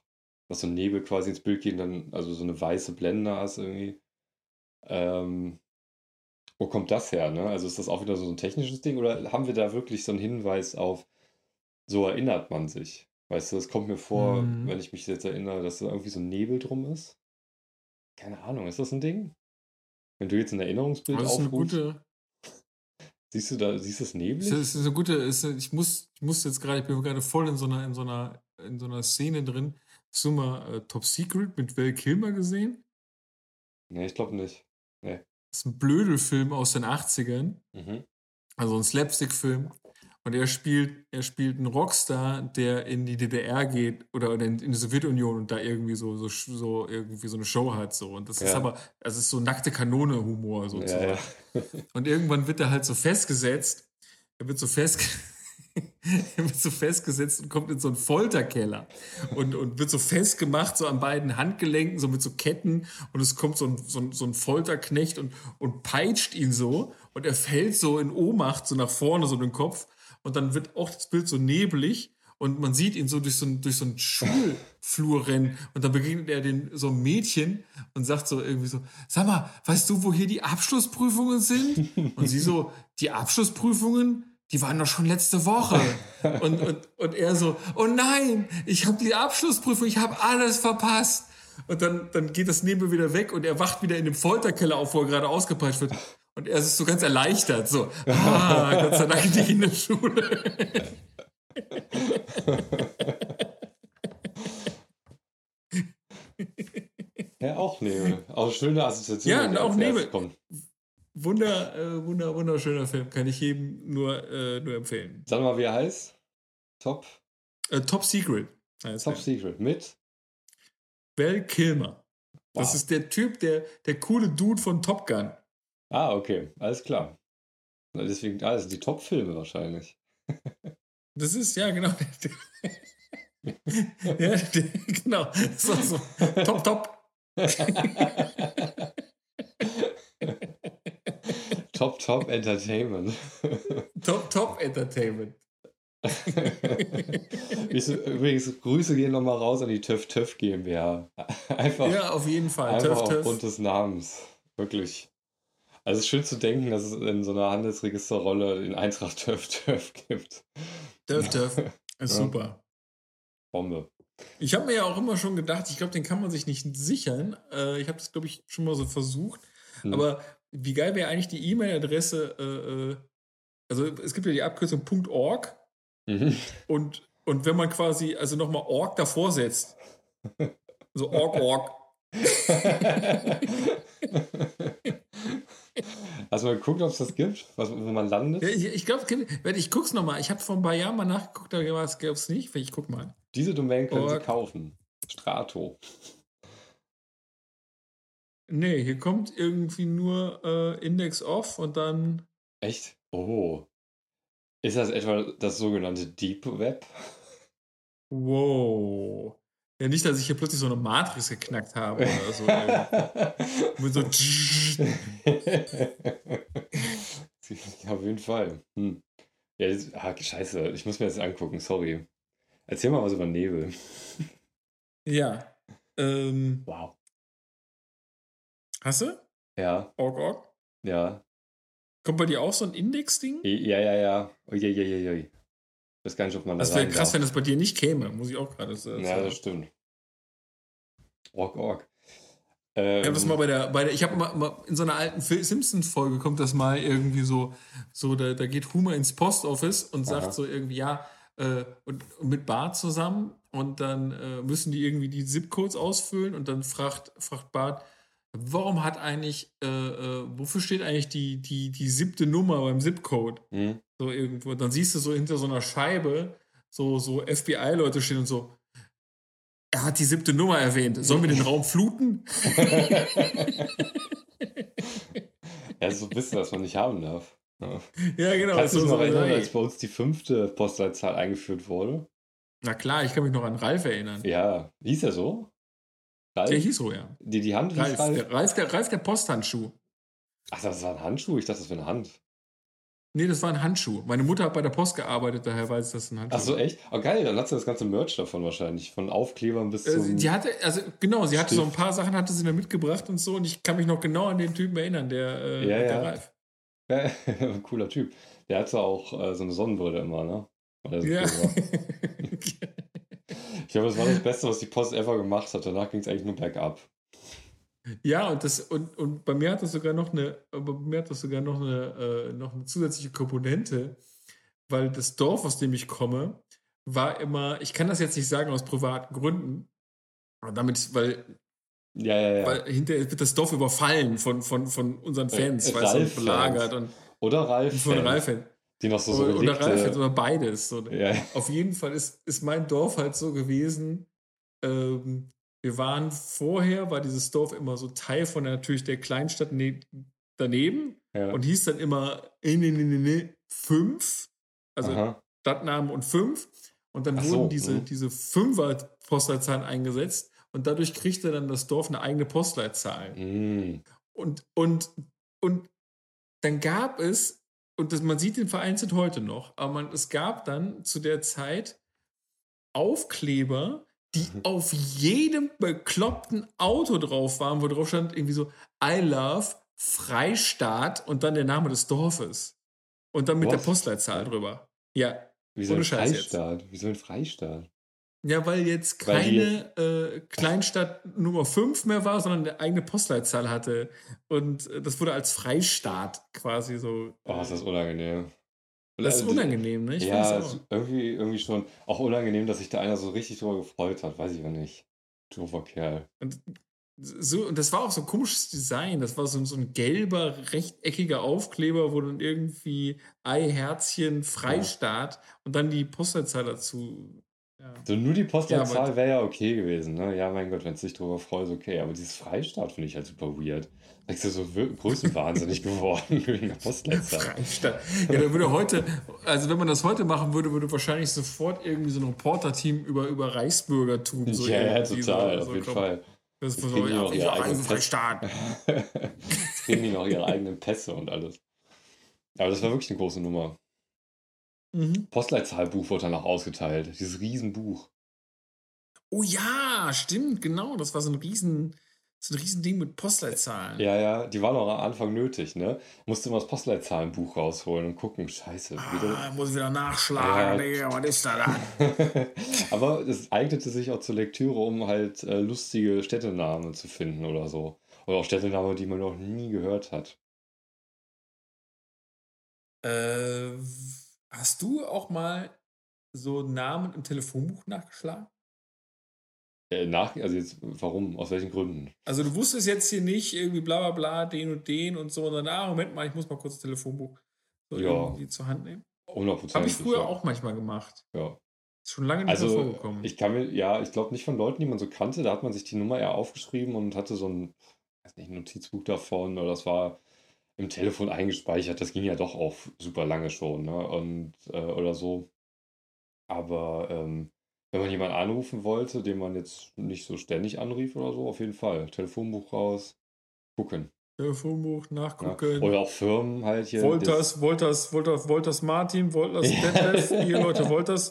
B: dass so ein Nebel quasi ins Bild geht und dann also so eine weiße Blende hast irgendwie. Ähm, Wo kommt das her, ne? Also ist das auch wieder so ein technisches Ding oder haben wir da wirklich so einen Hinweis auf, so erinnert man sich? Weißt du, es kommt mir vor, wenn
A: Mhm.
B: ich mich jetzt erinnere, dass da irgendwie so ein Nebel drum ist. Keine Ahnung, ist das ein Ding? Wenn du jetzt ein Erinnerungsbild
A: Das ist eine
B: aufrufst,
A: gute,
B: siehst du es
A: es
B: neblig?
A: ist eine gute, ich muss jetzt gerade, ich bin gerade voll in so einer Szene drin. Hast du mal Top Secret mit Val Kilmer gesehen?
B: Ne, ich glaube nicht. Ne.
A: Das ist ein Blödelfilm aus den 80ern,
B: Mhm.
A: also ein Slapstick-Film. Und er spielt einen Rockstar, der in die DDR geht oder in die Sowjetunion und da irgendwie so irgendwie so eine Show hat. So. Und das ist
B: Ja.
A: aber, das ist so nackte Kanone-Humor
B: Ja, ja.
A: sozusagen. Und irgendwann wird er halt so festgesetzt. Er wird so fest, er wird so festgesetzt und kommt in so einen Folterkeller und wird so festgemacht, so an beiden Handgelenken, so mit so Ketten. Und es kommt so ein Folterknecht und peitscht ihn so. Und er fällt so in Ohnmacht, so nach vorne, so den Kopf. Und dann wird auch das Bild so neblig. Und man sieht ihn so durch so einen Schulflur rennen. Und dann begegnet er so einem Mädchen und sagt so irgendwie so: Sag mal, weißt du, wo hier die Abschlussprüfungen sind? Und sie so: Die Abschlussprüfungen? Die waren doch schon letzte Woche. Und er so: Oh nein, ich habe die Abschlussprüfung, ich habe alles verpasst. Und dann geht das Nebel wieder weg und er wacht wieder in dem Folterkeller auf, wo er gerade ausgepeitscht wird. Und er ist so ganz erleichtert, so: Gott sei Dank nicht in der Schule.
B: Ja, auch Nebel. Auch schöne Assoziation,
A: Ja,
B: die
A: und
B: dir
A: auch
B: als erstes
A: Nebel.
B: kommt.
A: Wunderschöner Film. Kann ich jedem nur empfehlen.
B: Sag mal, wie er heißt? Top,
A: Top Secret heißt
B: Top
A: er.
B: Secret mit.
A: Val Kilmer. Das
B: Wow.
A: ist der Typ, der coole Dude von Top Gun.
B: Ah, okay, alles klar. Deswegen, das sind die Top-Filme wahrscheinlich.
A: Das ist, ja, genau. Ja, genau. Das ist so top, top.
B: Top, Top Entertainment.
A: Top, top Entertainment.
B: Übrigens, Grüße gehen nochmal raus an die TÜV TÜV GmbH. Einfach,
A: Ja, auf jeden Fall.
B: einfach
A: Töff,
B: aufgrund
A: töff.
B: des Namens. Wirklich. Also es ist schön zu denken, dass es in so einer Handelsregisterrolle den Eintrag TÜV TÜV gibt.
A: Töff, töff. Ist
B: Ja,
A: super.
B: Bombe.
A: Ich habe mir ja auch immer schon gedacht, ich glaube, den kann man sich nicht sichern. Ich habe das, glaube ich, schon mal so versucht.
B: Hm.
A: Aber wie geil wäre eigentlich die E-Mail-Adresse? Also es gibt ja die Abkürzung .org
B: Mhm.
A: und wenn man quasi also nochmal org davor setzt, so org.
B: Hast du mal geguckt, ob es das gibt? Wo man landet?
A: Ja, ich glaube, ich guck's nochmal. Ich habe vor ein paar Jahren mal nachgeguckt, da gab es nicht. Ich guck mal.
B: Diese Domain können Sie
A: Org.
B: kaufen. Strato.
A: Nee, hier kommt irgendwie nur Index off und dann.
B: Echt? Oh. Ist das etwa das sogenannte Deep Web?
A: Wow. Ja, nicht, dass ich hier plötzlich so eine Matrix geknackt habe oder so. Irgendwie. Mit so.
B: Auf jeden Fall. Hm. Ja, scheiße, ich muss mir das angucken, sorry. Erzähl mal was über Nebel.
A: Ja.
B: Wow.
A: Hast du?
B: Ja,
A: Org.
B: ja.
A: Kommt bei dir auch so ein Index-Ding?
B: Ja, ja, ja. Uiuiuiui. Ich weiß gar nicht, ob man da
A: Das wäre
B: rein
A: krass,
B: darf.
A: wenn das bei dir nicht käme, muss ich auch gerade
B: Ja, das
A: sagen.
B: stimmt. Org.
A: Ich habe das mal ich habe mal in so einer alten Simpsons-Folge kommt das mal irgendwie so da geht Homer ins Postoffice und sagt
B: Aha.
A: so irgendwie, ja, und mit Bart zusammen und dann müssen die irgendwie die Zip-Codes ausfüllen und dann fragt Bart, warum hat eigentlich, wofür steht eigentlich die 7. Nummer beim Zip-Code?
B: Hm.
A: So irgendwo. Und dann siehst du so hinter so einer Scheibe so FBI-Leute stehen und so, er hat die 7. Nummer erwähnt. Sollen wir den Raum fluten?
B: Ja, so Wissen, was man nicht haben darf. Ja.
A: Ja, genau.
B: Kannst du dich noch erinnern,
A: Hey.
B: als bei uns die 5. Postleitzahl eingeführt wurde?
A: Na klar, ich kann mich noch an Ralf erinnern.
B: Ja, hieß er so?
A: Der
B: Ralf?
A: hieß so, ja.
B: Die Hand hieß Ralf?
A: Ralf der Posthandschuh.
B: Ach, das war ein Handschuh? Ich dachte, das wäre eine Hand.
A: Nee, das war ein Handschuh. Meine Mutter hat bei der Post gearbeitet, daher weiß ich, dass es ein
B: Ach
A: Handschuh
B: so,
A: war.
B: echt? Oh, geil, dann hat sie das ganze Merch davon wahrscheinlich. Von Aufklebern bis
A: Die
B: zum
A: hatte, also genau, sie hatte so ein
B: Stift.
A: paar Sachen, hatte sie da mitgebracht und so, und ich kann mich noch genau an den Typen erinnern,
B: Ja,
A: der
B: ja.
A: Ralf.
B: Ja, cooler Typ. Der hatte auch so eine Sonnenbrille immer, ne? Weil er so
A: Ja.
B: cool war. Ich glaube, das war das Beste, was die Post ever gemacht hat. Danach ging es eigentlich nur bergab.
A: Ja, und bei mir hat das sogar noch eine zusätzliche Komponente, weil das Dorf, aus dem ich komme, war immer, ich kann das jetzt nicht sagen aus privaten Gründen, aber
B: Ja, ja, ja.
A: weil hinterher wird das Dorf überfallen von unseren Fans, weißt du, und belagert
B: Ralf-Fans. Oder
A: und von
B: Ralf-Fans.
A: Ralf-Fans.
B: Die noch so
A: Oder Ralf-Fans,
B: Relikte.
A: oder beides. So.
B: Ja.
A: Auf jeden Fall ist mein Dorf halt so gewesen, ähm, war dieses Dorf immer so Teil von natürlich der Kleinstadt daneben
B: Ja.
A: und hieß dann immer 5, also
B: Aha.
A: Stadtnamen und 5. Und dann
B: Ach
A: wurden
B: so.
A: diese 5er-Postleitzahlen eingesetzt und dadurch kriegte dann das Dorf eine eigene Postleitzahl.
B: Mm.
A: Und, und, und dann gab es, man sieht den vereinzelt heute noch, aber es gab dann zu der Zeit Aufkleber, die auf jedem bekloppten Auto drauf waren, wo drauf stand irgendwie so I love Freistaat und dann der Name des Dorfes. Und dann mit der
B: Was?
A: Postleitzahl drüber. Ja,
B: Wieso ein
A: ohne Scheiß jetzt.
B: Freistaat? Wieso ein Freistaat?
A: Ja, weil jetzt
B: Weil die
A: keine Kleinstadt Nummer 5 mehr war, sondern eine eigene Postleitzahl hatte. Und das wurde als Freistaat quasi so.
B: Oh, ist das unangenehm. Und
A: Das ist unangenehm, ne? Ich finde es
B: ja,
A: auch.
B: irgendwie schon. Auch unangenehm, dass sich da einer so richtig drüber gefreut hat. Weiß ich auch nicht. Doofer Kerl.
A: Und das war auch so ein komisches Design. Das war so ein gelber, rechteckiger Aufkleber, wo dann irgendwie Ei, Herzchen, Freistaat und dann die Postleitzahl dazu. Ja,
B: So nur die
A: ja,
B: Postleitzahl wäre ja okay gewesen, ne? Ja, mein Gott, wenn es dich drüber freut, okay. Aber dieses Freistaat finde ich halt super weird. Da ist ja so größenwahnsinnig geworden wegen der Postleitzahl.
A: Freistaat. Ja, da würde heute, also wenn man das heute machen würde, würde wahrscheinlich sofort irgendwie so ein Reporter-Team über Reichsbürgertum so
B: Ja, ja,
A: irgendwie
B: total,
A: so
B: auf jeden
A: kommen.
B: Fall.
A: Das
B: Jetzt
A: ist
B: kriegen
A: so,
B: die noch ihre eigenen
A: Freistaat.
B: Jetzt kriegen die noch ihre eigenen Pässe und alles. Aber das war wirklich eine große Nummer.
A: Mhm.
B: Postleitzahlbuch wurde dann auch ausgeteilt. Dieses Riesenbuch.
A: Oh ja, stimmt, genau. Das war so ein Riesending mit Postleitzahlen.
B: Ja, ja, die waren auch am Anfang nötig, ne? Musste immer das Postleitzahlenbuch rausholen und gucken, scheiße.
A: Muss wieder nachschlagen,
B: Ja.
A: Digga, was ist da dann?
B: Aber es eignete sich auch zur Lektüre, um halt lustige Städtenamen zu finden oder so. Oder auch Städtenamen, die man noch nie gehört hat.
A: Hast du auch mal so Namen im Telefonbuch nachgeschlagen?
B: Also jetzt, warum? Aus welchen Gründen?
A: Also du wusstest jetzt hier nicht irgendwie bla bla bla, den und so, und dann, Moment mal, ich muss mal kurz das Telefonbuch so
B: Ja,
A: irgendwie zur Hand nehmen. Habe ich
B: 100%,
A: früher
B: ja.
A: auch manchmal gemacht.
B: Ja.
A: Ist schon lange nicht mehr
B: Also,
A: vorgekommen.
B: ich glaube nicht von Leuten, die man so kannte, da hat man sich die Nummer eher aufgeschrieben und hatte so ein, weiß nicht, ein Notizbuch davon oder das war im Telefon eingespeichert. Das ging ja doch auch super lange schon, ne? Und, oder so. Aber wenn man jemanden anrufen wollte, den man jetzt nicht so ständig anrief oder so, auf jeden Fall. Telefonbuch raus, gucken.
A: Telefonbuch,
B: Ne?
A: nachgucken.
B: Oder auch Firmen halt hier.
A: Wolters Martin, Wolters Detlef, hier Leute, Wolters.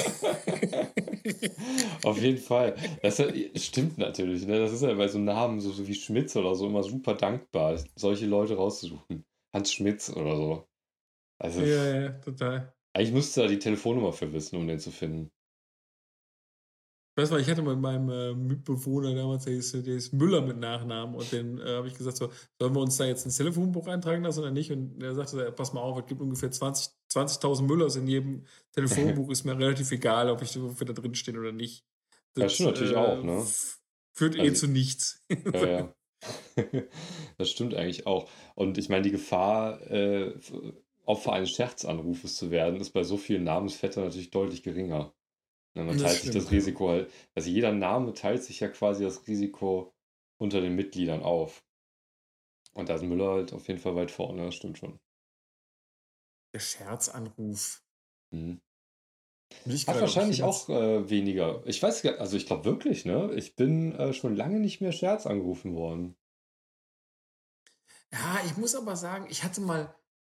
B: Auf jeden Fall. Das stimmt natürlich. Ne? Das ist ja bei so Namen so wie Schmitz oder so immer super dankbar, solche Leute rauszusuchen. Hans Schmitz oder so. Also
A: Ja, total.
B: eigentlich müsste da die Telefonnummer für wissen, um den zu finden.
A: Weißt du, ich hatte mit meinem Mitbewohner damals, der ist Müller mit Nachnamen, und den habe ich gesagt, so, sollen wir uns da jetzt ins Telefonbuch eintragen lassen oder nicht? Und er sagte, so, pass mal auf, es gibt ungefähr 20.000 Müllers in jedem Telefonbuch, ist mir relativ egal, ob wir da drin stehen oder nicht.
B: Das stimmt natürlich auch, ne?
A: Führt
B: Also,
A: zu nichts.
B: Ja, ja. Das stimmt eigentlich auch. Und ich meine, die Gefahr, Opfer eines Scherzanrufes zu werden, ist bei so vielen Namensvettern natürlich deutlich geringer. Ne, man
A: Das
B: teilt sich
A: stimmt,
B: das Risiko halt, also jeder Name teilt sich ja quasi das Risiko unter den Mitgliedern auf. Und da ist Müller halt auf jeden Fall weit vorne, das stimmt schon.
A: Der Scherzanruf.
B: Mhm.
A: Nicht
B: Hat
A: gerade, ob
B: wahrscheinlich
A: jemand-
B: auch weniger. Ich weiß gar also ich glaube wirklich, ne? Ich bin schon lange nicht mehr Scherz angerufen worden.
A: Ja, ich muss aber sagen, ich hatte mal,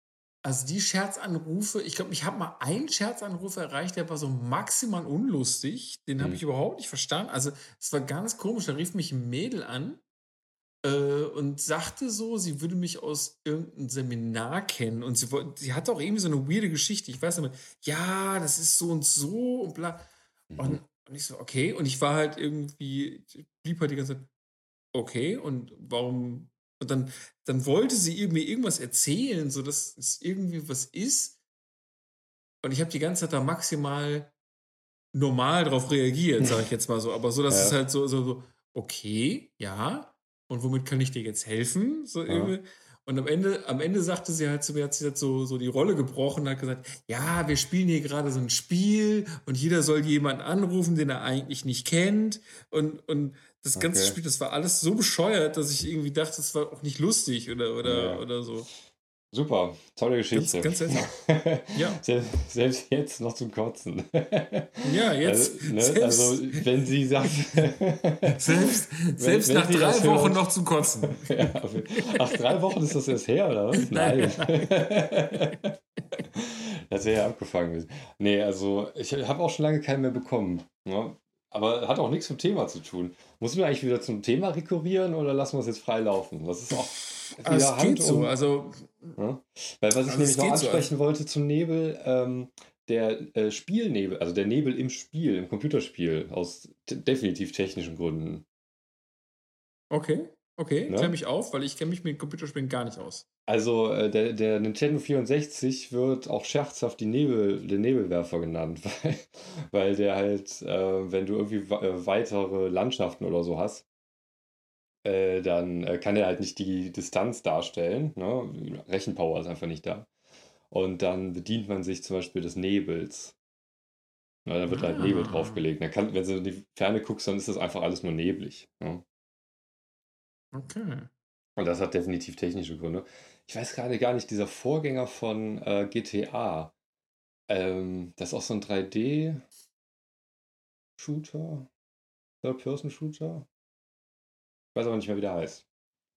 A: Also die Scherzanrufe, ich glaube, ich habe mal einen Scherzanruf erreicht, der war so maximal unlustig. Den habe
B: Hm.
A: ich überhaupt nicht verstanden. Also es war ganz komisch. Da rief mich ein Mädel an und sagte so, sie würde mich aus irgendeinem Seminar kennen. Und sie hatte auch irgendwie so eine weirde Geschichte. Ich weiß nicht mehr, ja, das ist so und so und bla.
B: Mhm.
A: Und ich so, okay. Und ich war halt irgendwie, ich blieb halt die ganze Zeit, okay, und warum? Und dann wollte sie mir irgendwas erzählen, so dass es irgendwie was ist. Und ich habe die ganze Zeit da maximal normal drauf reagiert, sage ich jetzt mal so. Aber so, dass es
B: Ja.
A: halt so, okay, ja. Und womit kann ich dir jetzt helfen? So
B: Ja.
A: irgendwie. Und am Ende sagte sie halt zu mir, hat sie halt so die Rolle gebrochen und hat gesagt, ja, wir spielen hier gerade so ein Spiel und jeder soll jemanden anrufen, den er eigentlich nicht kennt. Und das ganze
B: Okay.
A: Spiel, das war alles so bescheuert, dass ich irgendwie dachte, das war auch nicht lustig oder,
B: Ja.
A: oder, oder so.
B: Super, tolle
A: Ganz,
B: Geschichte.
A: ganz seltsam. Ja.
B: Selbst jetzt noch zum Kotzen.
A: Ja,
B: Also,
A: jetzt,
B: ne, also
A: selbst,
B: wenn sie sagt,
A: selbst,
B: wenn,
A: selbst
B: wenn
A: nach
B: sie das
A: 3 Wochen
B: hört,
A: noch zu kotzen.
B: ja, ach, 3 Wochen ist das erst her, oder was?
A: Nein,
B: Nein.
A: nein.
B: Das wäre ja abgefangen gewesen. Nee, also ich habe auch schon lange keinen mehr bekommen. Ne? Aber hat auch nichts mit Thema zu tun. Müssen wir eigentlich wieder zum Thema rekurrieren oder lassen wir es jetzt frei laufen? Das ist auch wieder
A: Es
B: Hand
A: geht so,
B: und.
A: also,
B: Ne? Weil was ich
A: also
B: nämlich
A: es
B: noch
A: geht so. Also,
B: ansprechen wollte zum Nebel, der Spielnebel, also der Nebel im Spiel, im Computerspiel, aus definitiv technischen Gründen.
A: okay, okay, klär
B: Ne?
A: mich auf, weil ich kenne mich mit Computerspielen gar nicht aus.
B: Also der Nintendo 64 wird auch scherzhaft der Nebelwerfer genannt, weil der halt, wenn du irgendwie weitere Landschaften oder so hast, dann kann er halt nicht die Distanz darstellen. Ne? Rechenpower ist einfach nicht da. Und dann bedient man sich zum Beispiel des Nebels. Na, dann wird halt Nebel
A: Ah,
B: draufgelegt. Wenn du in die Ferne guckst, dann ist das einfach alles nur neblig. Ne?
A: okay.
B: Und das hat definitiv technische Gründe. Ich weiß gerade gar nicht, dieser Vorgänger von GTA, das ist auch so ein 3D-Shooter, Third-Person-Shooter. Ich weiß aber nicht mehr, wie der heißt.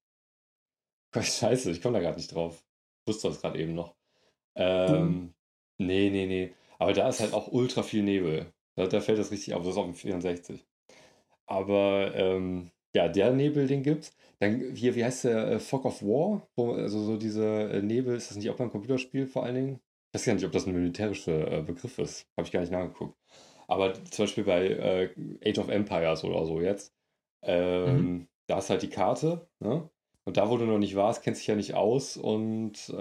B: Gott, scheiße, ich komme da gerade nicht drauf. Ich wusste das gerade eben noch.
A: Dumm.
B: Ähm, nee, nee, nee. Aber da ist halt auch ultra viel Nebel. Da fällt das richtig auf. Das ist auf dem 64. Aber ja, der Nebel, den gibt's. Dann hier, wie heißt der? Fog of War? Also so diese Nebel, ist das nicht auch beim Computerspiel vor allen Dingen? Ich weiß gar nicht, ob das ein militärischer Begriff ist. Habe ich gar nicht nachgeguckt. Aber zum Beispiel bei Age of Empires oder so jetzt,
A: Mhm.
B: da ist halt die Karte, ne? Und da, wo du noch nicht warst, kennst dich ja nicht aus und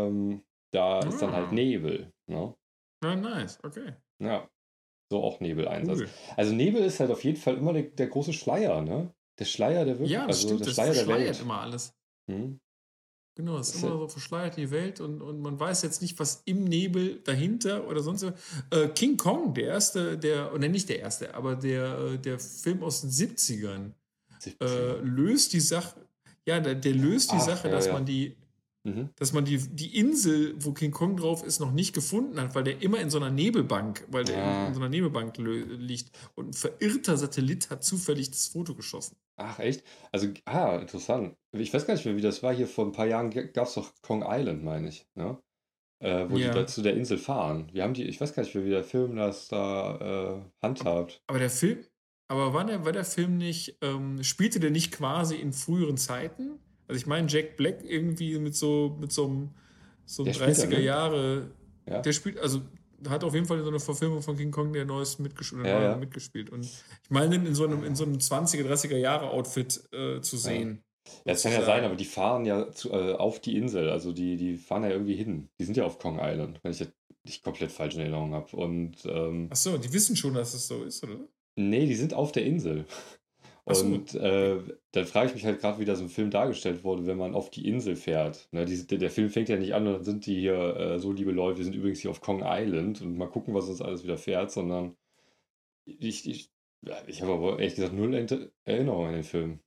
B: da ist dann halt
A: Ah,
B: Nebel, ne?
A: ja, nice, okay,
B: Ja, so auch Nebeleinsatz.
A: cool.
B: Also Nebel ist halt auf jeden Fall immer der große Schleier, ne? Der Schleier der
A: Ja,
B: wirklich,
A: das
B: also
A: stimmt,
B: der
A: das
B: Schleier der
A: verschleiert
B: Welt.
A: immer alles.
B: Hm?
A: Genau, es ist
B: Ist,
A: immer so verschleiert die Welt und man weiß jetzt nicht, was im Nebel dahinter oder sonst was. King Kong, der erste, oder nicht der erste, aber der Film aus den 70ern,
B: 70er.
A: löst die Sache, ja, der löst die
B: Ach,
A: Sache,
B: ja,
A: dass
B: ja.
A: man die,
B: Mhm.
A: dass man die Insel, wo King Kong drauf ist, noch nicht gefunden hat, weil der immer in so einer Nebelbank, weil der in
B: Ja.
A: so einer Nebelbank liegt. Und ein verirrter Satellit hat zufällig das Foto geschossen.
B: Ach, echt? Also, interessant. Ich weiß gar nicht mehr, wie das war. Hier vor ein paar Jahren gab es doch Kong Island, meine ich, ne? Wo die da
A: Ja.
B: zu der Insel fahren. Ich weiß gar nicht mehr, wie der Film das da handhabt.
A: Aber der Film, aber war der Film nicht, spielte der nicht quasi in früheren Zeiten? Also ich meine, Jack Black irgendwie mit so einem
B: Der spielt da
A: 30er
B: mit?
A: Jahre,
B: Ja.
A: der spielt, also hat auf jeden Fall in so einer Verfilmung von King Kong der Neues mitgespielt, oder
B: Ja,
A: Neue
B: ja.
A: mitgespielt. Und ich meine, den in so einem 20er, 30er Jahre Outfit zu
B: Ja.
A: sehen,
B: Ja, es kann ja sein, aber
A: sozusagen.
B: die fahren ja auf die Insel. Also die fahren ja irgendwie hin. Die sind ja auf Kong Island, wenn ich jetzt nicht komplett falsch in Erinnerung habe. Und
A: Ach so, die wissen schon, dass es so ist, oder?
B: nee, die sind auf der Insel.
A: Ach so,
B: Und
A: okay.
B: dann frage ich mich halt gerade, wie das im Film dargestellt wurde, wenn man auf die Insel fährt. Ne, der Film fängt ja nicht an, und dann sind die hier so, liebe Leute, wir sind übrigens hier auf Kong Island und mal gucken, was uns alles wieder fährt, sondern ich, ich, ja, ich habe aber ehrlich gesagt null Erinnerung an den Film.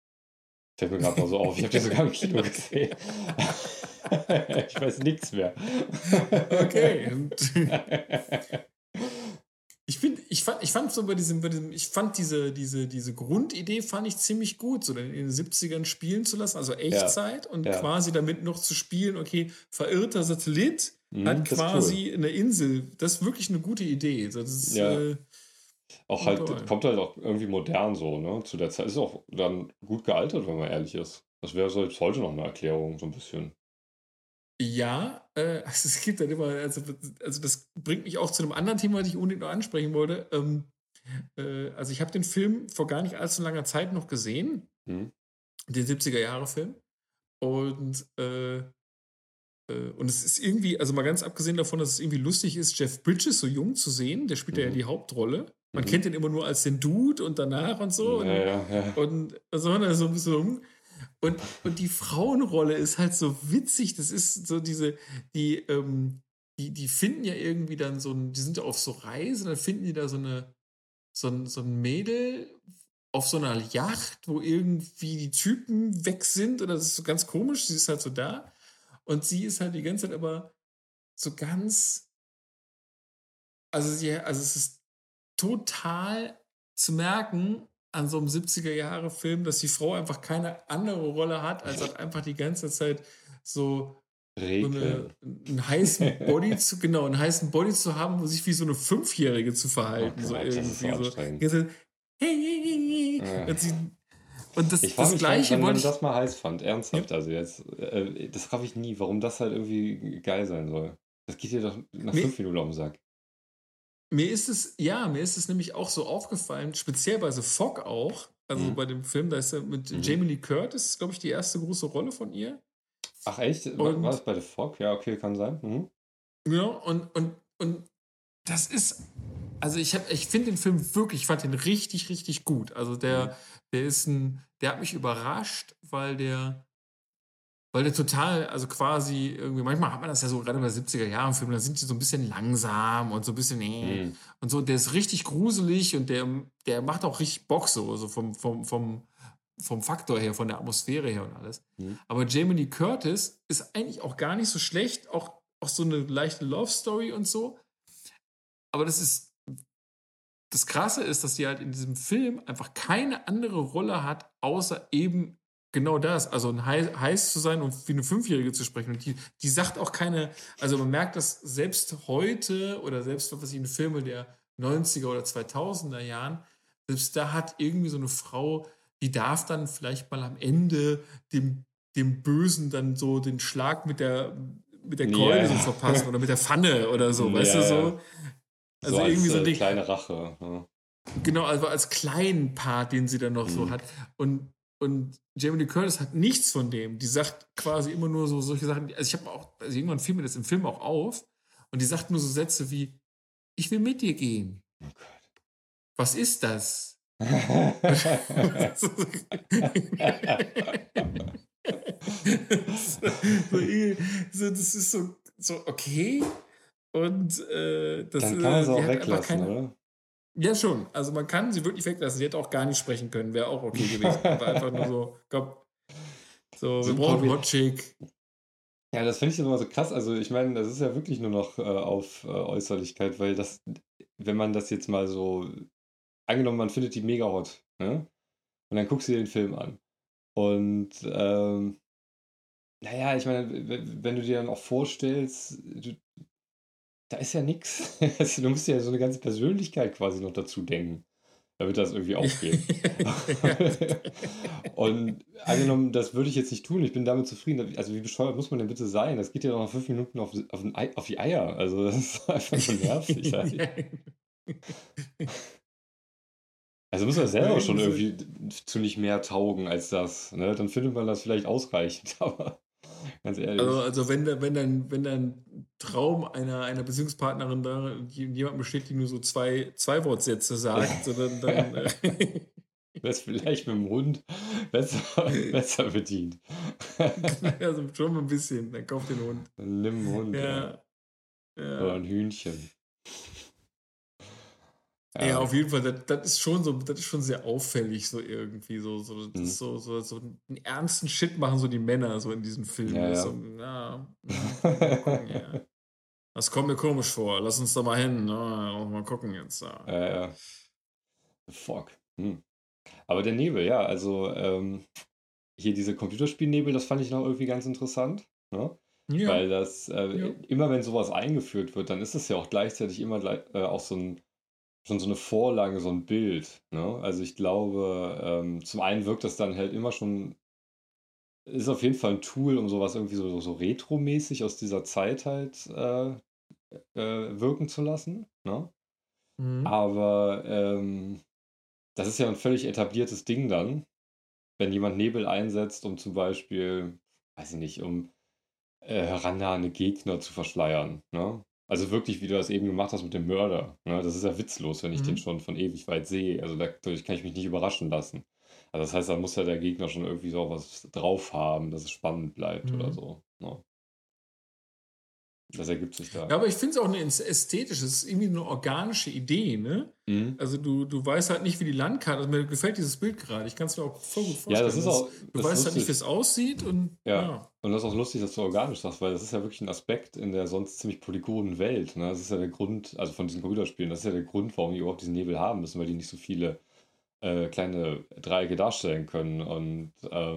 B: Fällt mir gerade mal so auf. Ich habe den sogar im Kino gesehen. Ich weiß nichts mehr.
A: Okay. Und ich fand so ich fand diese Grundidee fand ich ziemlich gut, so in den 70ern spielen zu lassen, also
B: Ja,
A: Echtzeit und
B: ja.
A: quasi damit noch zu spielen, okay, verirrter Satellit hat
B: Das ist cool.
A: quasi eine Insel. Das ist wirklich eine gute Idee. Das ist
B: Ja. Auch halt,
A: toll.
B: kommt halt auch irgendwie modern so, ne? Zu der Zeit. Ist auch dann gut gealtert, wenn man ehrlich ist. Das wäre so jetzt heute noch eine Erklärung, so ein bisschen.
A: Ja, also es gibt dann immer, also das bringt mich auch zu einem anderen Thema, das ich unbedingt noch ansprechen wollte. Also ich habe den Film vor gar nicht allzu langer Zeit noch gesehen,
B: Hm?
A: den 70er-Jahre-Film. Und, und es ist irgendwie, also mal ganz abgesehen davon, dass es irgendwie lustig ist, Jeff Bridges so jung zu sehen, der spielt ja
B: Mhm.
A: die Hauptrolle. Man
B: Mhm.
A: kennt ihn immer nur als den Dude und danach und so.
B: Ja, ja, ja.
A: Und so, und so ein bisschen. Und die Frauenrolle ist halt so witzig. Das ist so die, die finden ja irgendwie dann die sind ja auf so Reisen, dann finden die da so ein Mädel auf so einer Yacht, wo irgendwie die Typen weg sind. Oder das ist so ganz komisch. Sie ist halt so da. Und sie ist halt die ganze Zeit aber so ganz, also es ist total zu merken an so einem 70er-Jahre-Film, dass die Frau einfach keine andere Rolle hat, als halt einfach die ganze Zeit so
B: Regeln.
A: einen heißen Body zu haben, wo sich wie so eine Fünfjährige zu
B: Oh
A: verhalten, so
B: Gott, das ist so
A: irgendwie so.
B: anstrengend.
A: Die ganze Zeit, hey, hey, hey, hey.
B: Ja.
A: Und
B: Ich frage
A: das
B: mich,
A: Gleiche
B: wann
A: wollte
B: man
A: ich.
B: das mal heiß fand.
A: Ja.
B: Ernsthaft. Also jetzt, das raff ich nie, warum das halt irgendwie geil sein soll. Das geht dir doch nach
A: Mir,
B: 5 Minuten auf den Sack.
A: mir ist es nämlich auch so aufgefallen, speziell bei The Fog auch, also
B: Mhm.
A: bei dem Film, da ist ja mit
B: Mhm.
A: Jamie Lee Curtis, glaube ich, die erste große Rolle von ihr.
B: Ach echt? War das
A: Und
B: bei The Fog? Ja, okay, kann sein. Mhm.
A: ja, und das ist, also ich finde den Film wirklich, ich fand den richtig, richtig gut. Also
B: Mhm.
A: der hat mich überrascht, weil der total, also quasi irgendwie, manchmal hat man das ja so gerade bei 70er Jahren Filmen, da sind die so ein bisschen langsam und so ein bisschen,
B: Mhm.
A: und so, der ist richtig gruselig und der macht auch richtig Bock so, also vom Faktor her, von der Atmosphäre her und alles.
B: Mhm.
A: Aber Jamie Lee Curtis ist eigentlich auch gar nicht so schlecht, auch so eine leichte Love Story und so. Aber das Krasse ist, dass sie halt in diesem Film einfach keine andere Rolle hat, außer eben genau das. Also heiß zu sein und wie eine Fünfjährige zu sprechen. Und die sagt auch keine, also man merkt das selbst heute oder selbst was ich in Filmen der 90er oder 2000er Jahren, selbst da hat irgendwie so eine Frau, die darf dann vielleicht mal am Ende dem Bösen dann so den Schlag mit der
B: Ja,
A: Keule so
B: ja.
A: verpassen oder mit der Pfanne oder so, weißt du
B: Ja, ja.
A: so?
B: So
A: Also irgendwie
B: als
A: so ein Ding.
B: kleine Rache. Ja.
A: Genau, also als kleinen Part, den sie dann noch so
B: Mhm.
A: hat. Und Jamie Lee Curtis hat nichts von dem. Die sagt quasi immer nur so solche Sachen. Also ich habe auch, also irgendwann fiel mir das im Film auch auf. Und die sagt nur so Sätze wie, ich will mit dir gehen.
B: Oh
A: Was ist das?
B: Gott.
A: so, das ist so okay. Und
B: Dann kann man sie
A: die
B: auch
A: hat einfach
B: weglassen,
A: keine.
B: oder?
A: Ja, schon. Also man kann sie wirklich weglassen. Sie hätte auch gar nicht sprechen können. Wäre auch okay gewesen. Aber einfach nur so, komm, so, wir
B: Super
A: brauchen einen
B: weird.
A: Hot Chick.
B: Ja, das finde ich immer so krass. Also ich meine, das ist ja wirklich nur noch auf Äußerlichkeit, weil das, wenn man das jetzt mal so, angenommen, man findet die mega hot, ne? Und dann guckst du dir den Film an. Und naja, ich meine, wenn du dir dann auch vorstellst, da ist ja nix. Also, du musst ja so eine ganze Persönlichkeit quasi noch dazu denken, damit das irgendwie aufgeht.
A: Ja.
B: Und angenommen, das würde ich jetzt nicht tun, ich bin damit zufrieden. Also wie bescheuert muss man denn bitte sein? Das geht ja noch nach 5 Minuten auf die Eier. Also das ist einfach nur nervig. Also muss man selber schon
A: Irgendwie so.
B: irgendwie zu nicht mehr taugen als das. Ne? Dann findet man das vielleicht ausreichend, aber ganz ehrlich.
A: Also wenn dein Traum einer Beziehungspartnerin da jemand besteht, die nur so zwei Wortsätze sagt, so dann
B: Wär's vielleicht mit dem Hund besser bedient.
A: also schon ein bisschen, dann kauf den Hund.
B: Dann nimm 'n Hund, ja.
A: Ja,
B: Oder
A: ja.
B: 'n Hühnchen.
A: Ja,
B: Ja.
A: auf jeden Fall, das ist schon so, das ist schon sehr auffällig, so irgendwie, das
B: Mhm.
A: ist so einen ernsten Shit machen so die Männer so in diesen Filmen.
B: Ja,
A: Das ist
B: ja.
A: so, ja, mal gucken, ja. Das kommt mir komisch vor. Lass uns da mal hin. Ne? Mal gucken jetzt.
B: Äh, fuck. Aber der Nebel, ja, also hier diese Computerspielnebel, das fand ich noch irgendwie ganz interessant. Ne?
A: Ja,
B: Weil das,
A: ja.
B: immer wenn sowas eingeführt wird, dann ist es ja auch gleichzeitig immer auch schon so eine Vorlage, so ein Bild. Ne? Also ich glaube, zum einen wirkt das dann halt immer schon, ist auf jeden Fall ein Tool, um sowas irgendwie so retromäßig aus dieser Zeit halt wirken zu lassen. Ne?
A: Mhm.
B: Aber das ist ja ein völlig etabliertes Ding dann, wenn jemand Nebel einsetzt, um zum Beispiel, weiß ich nicht, um herannahende Gegner zu verschleiern. Ne? Also wirklich, wie du das eben gemacht hast mit dem Mörder. Ne? Das ist ja witzlos, wenn ich den
A: Mhm.
B: schon von ewig weit sehe. Also dadurch kann ich mich nicht überraschen lassen. Also das heißt, da muss ja der Gegner schon irgendwie so was drauf haben, dass es spannend bleibt oder
A: Mhm.
B: so. Ne? Das ergibt sich da.
A: Ja, aber ich finde es auch eine ästhetische, es ist irgendwie eine organische Idee, ne?
B: Mhm.
A: Also du weißt halt nicht, wie die Landkarte, also mir gefällt dieses Bild gerade. Ich kann es mir auch voll gut
B: Ja, das
A: vorstellen.
B: ist auch,
A: Du
B: das ist
A: weißt halt nicht, wie
B: lustig.
A: es aussieht und
B: Ja.
A: ja.
B: Und das ist auch lustig, dass du organisch sagst, weil das ist ja wirklich ein Aspekt in der sonst ziemlich polygonen Welt. Ne? Das ist ja der Grund, also von diesen Computerspielen, das ist ja der Grund, warum die überhaupt diesen Nebel haben müssen, weil die nicht so viele kleine Dreiecke darstellen können. Und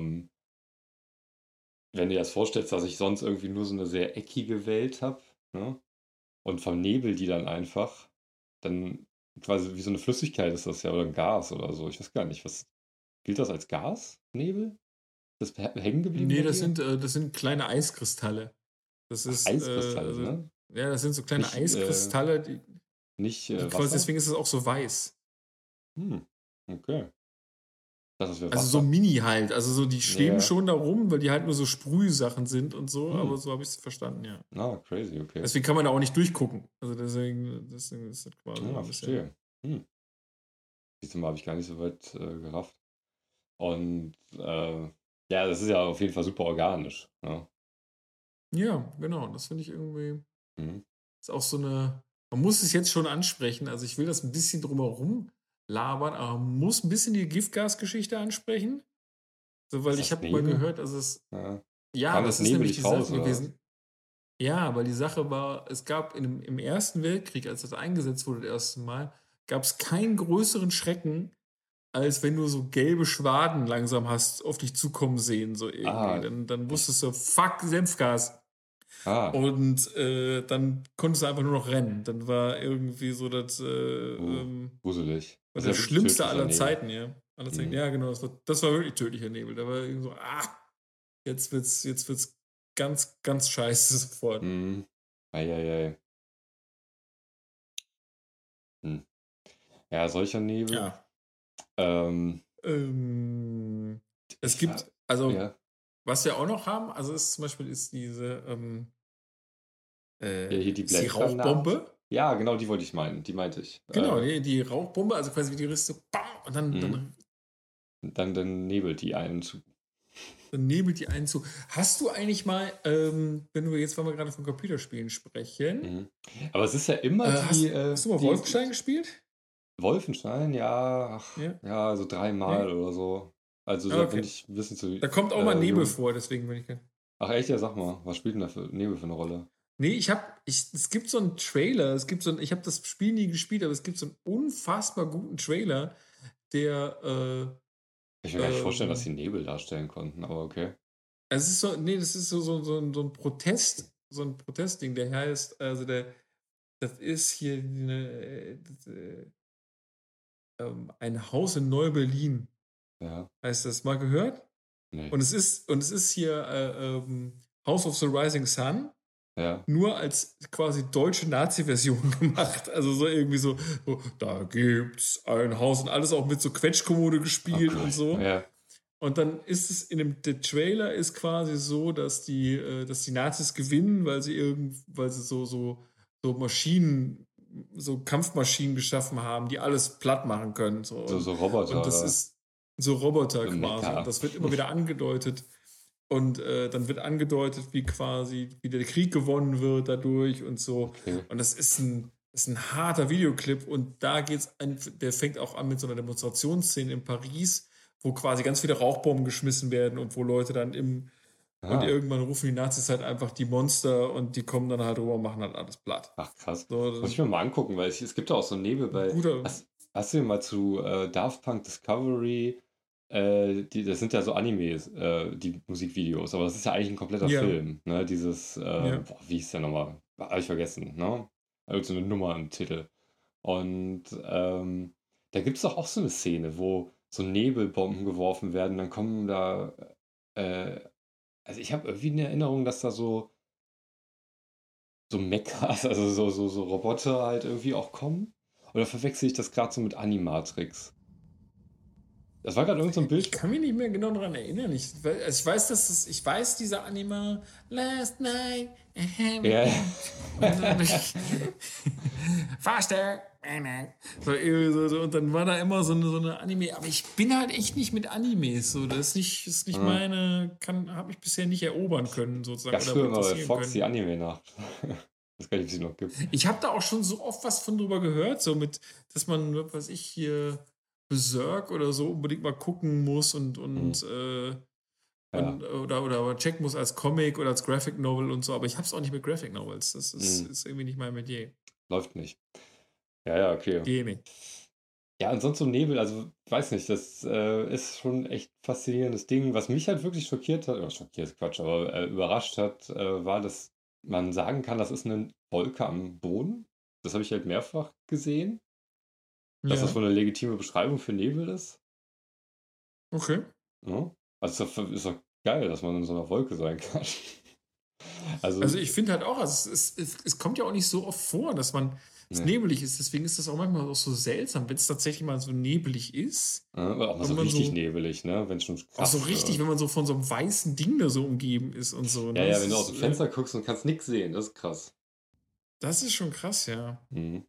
B: wenn du dir das vorstellst, dass ich sonst irgendwie nur so eine sehr eckige Welt habe, ne? Und vernebel die dann einfach, dann quasi wie so eine Flüssigkeit ist das ja oder ein Gas oder so. Ich weiß gar nicht, was gilt das als Gas? Nebel? Ist das hängen geblieben
A: Nee,
B: bei dir?
A: das sind kleine Eiskristalle. Das
B: Ach,
A: ist,
B: Eiskristalle,
A: also,
B: ne?
A: ja, das sind so kleine
B: Nicht,
A: Eiskristalle,
B: nicht
A: die quasi,
B: Wasser?
A: deswegen ist es auch so weiß.
B: Hm, okay. Das wäre
A: Also so
B: Wasser.
A: mini halt. Also so, die schweben
B: Ja.
A: schon da rum, weil die halt nur so Sprühsachen sind und so,
B: Hm.
A: aber so habe ich es verstanden, ja.
B: Ah, crazy, okay.
A: Deswegen kann man da auch nicht durchgucken. Also deswegen ist das quasi so
B: Ah,
A: ein bisschen.
B: verstehe. Hm. Siehst du mal, habe ich gar nicht so weit gerafft. Und ja, das ist ja auf jeden Fall super organisch. Ne?
A: Ja, genau. Das finde ich irgendwie.
B: Mhm.
A: Ist auch so eine. Man muss es jetzt schon ansprechen. Also ich will das ein bisschen drumherum labern, aber man muss ein bisschen die Giftgasgeschichte ansprechen. So, weil
B: Ist
A: ich
B: das
A: habe mal
B: Nebel?
A: gehört, also es.
B: Ja.
A: Ja,
B: Kam das
A: das ist nämlich die
B: nebelig raus,
A: Sache
B: oder was?
A: gewesen. Ja, weil die Sache war, es gab im Ersten Weltkrieg, als das eingesetzt wurde, das erste Mal, gab es keinen größeren Schrecken, als wenn du so gelbe Schwaden langsam hast auf dich zukommen sehen, so irgendwie.
B: Ah,
A: Dann
B: echt?
A: wusstest du, fuck, Senfgas.
B: Ah,
A: Und dann konntest du einfach nur noch rennen. Dann war irgendwie so
B: uh, gruselig.
A: war
B: Das ist
A: das
B: ja wirklich
A: Schlimmste
B: tödlicher
A: aller
B: Nebel.
A: Zeiten, ja. Aller Zeiten.
B: Mhm.
A: Ja, genau, das war wirklich tödlicher Nebel. Da war irgendwie so, jetzt wird's ganz, ganz scheiße sofort.
B: Mhm. Eieiei. Hm. Ja, solcher Nebel.
A: Ja.
B: Ähm,
A: Ähm, es
B: ich war,
A: gibt, also,
B: ja.
A: was wir auch noch haben, also ist zum Beispiel ist
B: Ja, hier die
A: ist die
B: Blendgranate.
A: Rauchbombe.
B: Ja, genau, die wollte ich meinen. Die meinte ich.
A: Genau, die Rauchbombe, also quasi wie die Riste, bam, und
B: Mhm. Dann nebelt die einen zu.
A: dann nebelt die einen zu. Hast du eigentlich mal, wenn wir jetzt, weil wir gerade von Computerspielen sprechen,
B: Mhm. Aber es ist ja immer
A: hast du mal
B: die
A: Wolfenstein gespielt?
B: Wolfenstein, ja, ach,
A: Ja?
B: ja, so dreimal
A: Nee?
B: oder so. Also
A: Ah,
B: da bin
A: okay.
B: ich ein bisschen zu
A: Da kommt auch mal Nebel
B: jung.
A: vor, deswegen bin ich.
B: Ach echt, ja, sag mal, was spielt denn da für Nebel für eine Rolle?
A: Nee, es gibt so einen Trailer, ich habe das Spiel nie gespielt, aber es gibt so einen unfassbar guten Trailer, der,
B: Ich kann mir gar nicht vorstellen, dass sie Nebel darstellen konnten, aber okay.
A: es ist so, nee, das ist so ein so ein Protestding, der heißt, das ist hier ein Haus in Neu-Berlin,
B: Ja,
A: heißt das, mal gehört?
B: nee,
A: Und es ist hier House of the Rising Sun,
B: ja,
A: nur als quasi deutsche Nazi-Version gemacht. Also so irgendwie so, da gibt's ein Haus und alles auch mit so Quetschkommode
B: oh
A: gespielt und
B: Gott,
A: so.
B: ja,
A: Und dann ist es der Trailer ist quasi so, dass die Nazis gewinnen, weil sie so Maschinen, so Kampfmaschinen geschaffen haben, die alles platt machen können. So.
B: so
A: Und das
B: Roboter,
A: ist so Roboter
B: so
A: quasi. Und
B: Mecha.
A: das wird immer wieder angedeutet. Und dann wird angedeutet, wie der Krieg gewonnen wird dadurch und so.
B: Okay,
A: Und das ist ein harter Videoclip. Und der fängt auch an mit so einer Demonstrationsszene in Paris, wo quasi ganz viele Rauchbomben geschmissen werden und wo Leute dann Und
B: Ah,
A: irgendwann rufen die Nazis halt einfach die Monster und die kommen dann halt rüber und machen halt alles platt.
B: ach krass.
A: So,
B: Muss ich mir mal angucken, weil es gibt da auch so Nebel bei.
A: guter.
B: Hast du dir mal zu Daft Punk Discovery, das sind ja so Animes, die Musikvideos, aber das ist ja eigentlich ein kompletter
A: Ja,
B: Film, ne? Dieses,
A: ja.
B: wie hieß der nochmal? Habe ich vergessen, ne? Also eine Nummer im Titel. Und da gibt es doch auch so eine Szene, wo so Nebelbomben geworfen werden, dann kommen da, äh, also ich habe irgendwie eine Erinnerung, dass da so Mechas, also so Roboter halt irgendwie auch kommen. Oder verwechsel ich das gerade so mit Animatrix? Das war gerade irgend so ein
A: Ich
B: Bild.
A: kann mich nicht mehr genau daran erinnern. Also ich weiß, ich weiß, dieser Anime Last Night I have a
B: Ja,
A: dream. Und dann faster. So, irgendwie so, und dann war da immer so eine Anime. Aber ich bin halt echt nicht mit Animes. So, ist nicht
B: äh,
A: meine, habe ich bisher nicht erobern können, sozusagen,
B: gab's
A: oder
B: früher mal bei
A: interessieren
B: Fox die
A: können.
B: Anime-Nacht. Das gar nicht, ob es die noch gibt.
A: Ich habe da auch schon so oft was von drüber gehört, so mit, dass man, was weiß ich, hier Berserk oder so unbedingt mal gucken muss
B: Hm. Ja.
A: oder checken muss als Comic oder als Graphic Novel und so, aber ich habe es auch nicht mit Graphic Novels.
B: Hm.
A: Ist irgendwie nicht mein Metier.
B: Läuft nicht. Ja, ja, okay.
A: Geh nicht.
B: Ja, und sonst so Nebel, also weiß nicht, das ist schon echt faszinierendes Ding. Was mich halt wirklich schockiert hat, oder schockiert ist Quatsch, aber überrascht hat, war, dass man sagen kann, das ist eine Wolke am Boden. Das habe ich halt mehrfach gesehen, dass das
A: Ja,
B: wohl eine legitime Beschreibung für Nebel ist.
A: okay.
B: Ne? Also ist doch geil, dass man in so einer Wolke sein kann. Also,
A: Also ich finde halt auch, also es kommt ja auch nicht so oft vor, dass es
B: ne.
A: nebelig ist. Deswegen ist das auch manchmal auch so seltsam, wenn es tatsächlich mal so nebelig ist.
B: Oder auch mal so
A: Und man
B: richtig
A: so,
B: nebelig, ne? Wenn es schon
A: auch so
B: krass.
A: richtig, wenn man so von so einem weißen Ding da so umgeben ist und so.
B: Ja,
A: Ne?
B: ja, wenn du aus dem Fenster guckst und kannst nichts sehen, das ist krass.
A: Das ist schon krass, ja.
B: Mhm.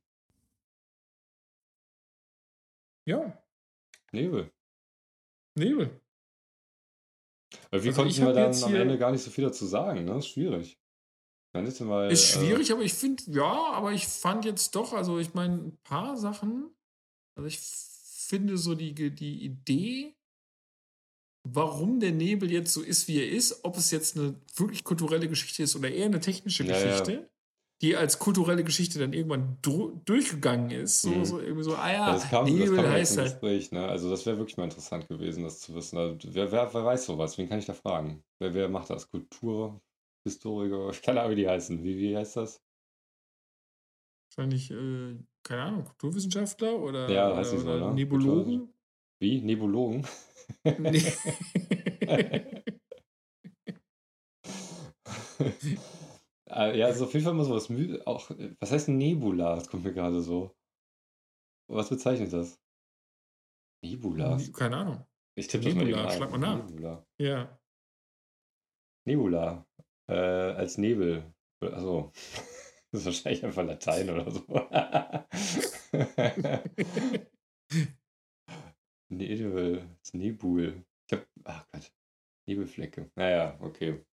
A: Ja,
B: Nebel.
A: Nebel.
B: Irgendwie
A: Also ich
B: konnten wir
A: habe
B: dann
A: jetzt
B: am Ende
A: hier,
B: gar nicht so viel dazu sagen, ne? Ist schwierig. Dann ist
A: ist
B: mal,
A: schwierig, aber ich finde, ja, aber ich fand jetzt doch, also ich meine, ein paar Sachen, also ich finde so die Idee, warum der Nebel jetzt so ist, wie er ist, ob es jetzt eine wirklich kulturelle Geschichte ist oder eher eine technische
B: ja, ja.
A: Geschichte, die als kulturelle Geschichte dann irgendwann durchgegangen ist,
B: Mhm.
A: so irgendwie so, ah
B: Ja,
A: ja,
B: das kam
A: Nebel
B: ja jetzt
A: heißt
B: im
A: halt.
B: Gespräch, ne? Also das wäre wirklich mal interessant gewesen, das zu wissen. Also, wer weiß sowas? Wen kann ich da fragen? Wer macht das? Kulturhistoriker? Ich keine Ahnung, wie die heißen. Wie heißt das?
A: Wahrscheinlich, keine Ahnung, Kulturwissenschaftler
B: Ja, heißt nicht so,
A: oder
B: ne?
A: Nebologen.
B: Wie? Nebulogen?
A: Nee.
B: Ja, also auf jeden Fall mal sowas. Auch, was heißt Nebula? Das kommt mir gerade so. Was bezeichnet das? Nebula?
A: Keine Ahnung.
B: Ich tippe das mal eben
A: Nebula, schlag mal
B: ein.
A: nach.
B: Nebula.
A: Ja.
B: Nebula. Als Nebel. Achso. Das ist wahrscheinlich einfach Latein oder so. Nebel. Das Nebul. Ich hab. Ach Gott. Nebelflecke. Naja, okay.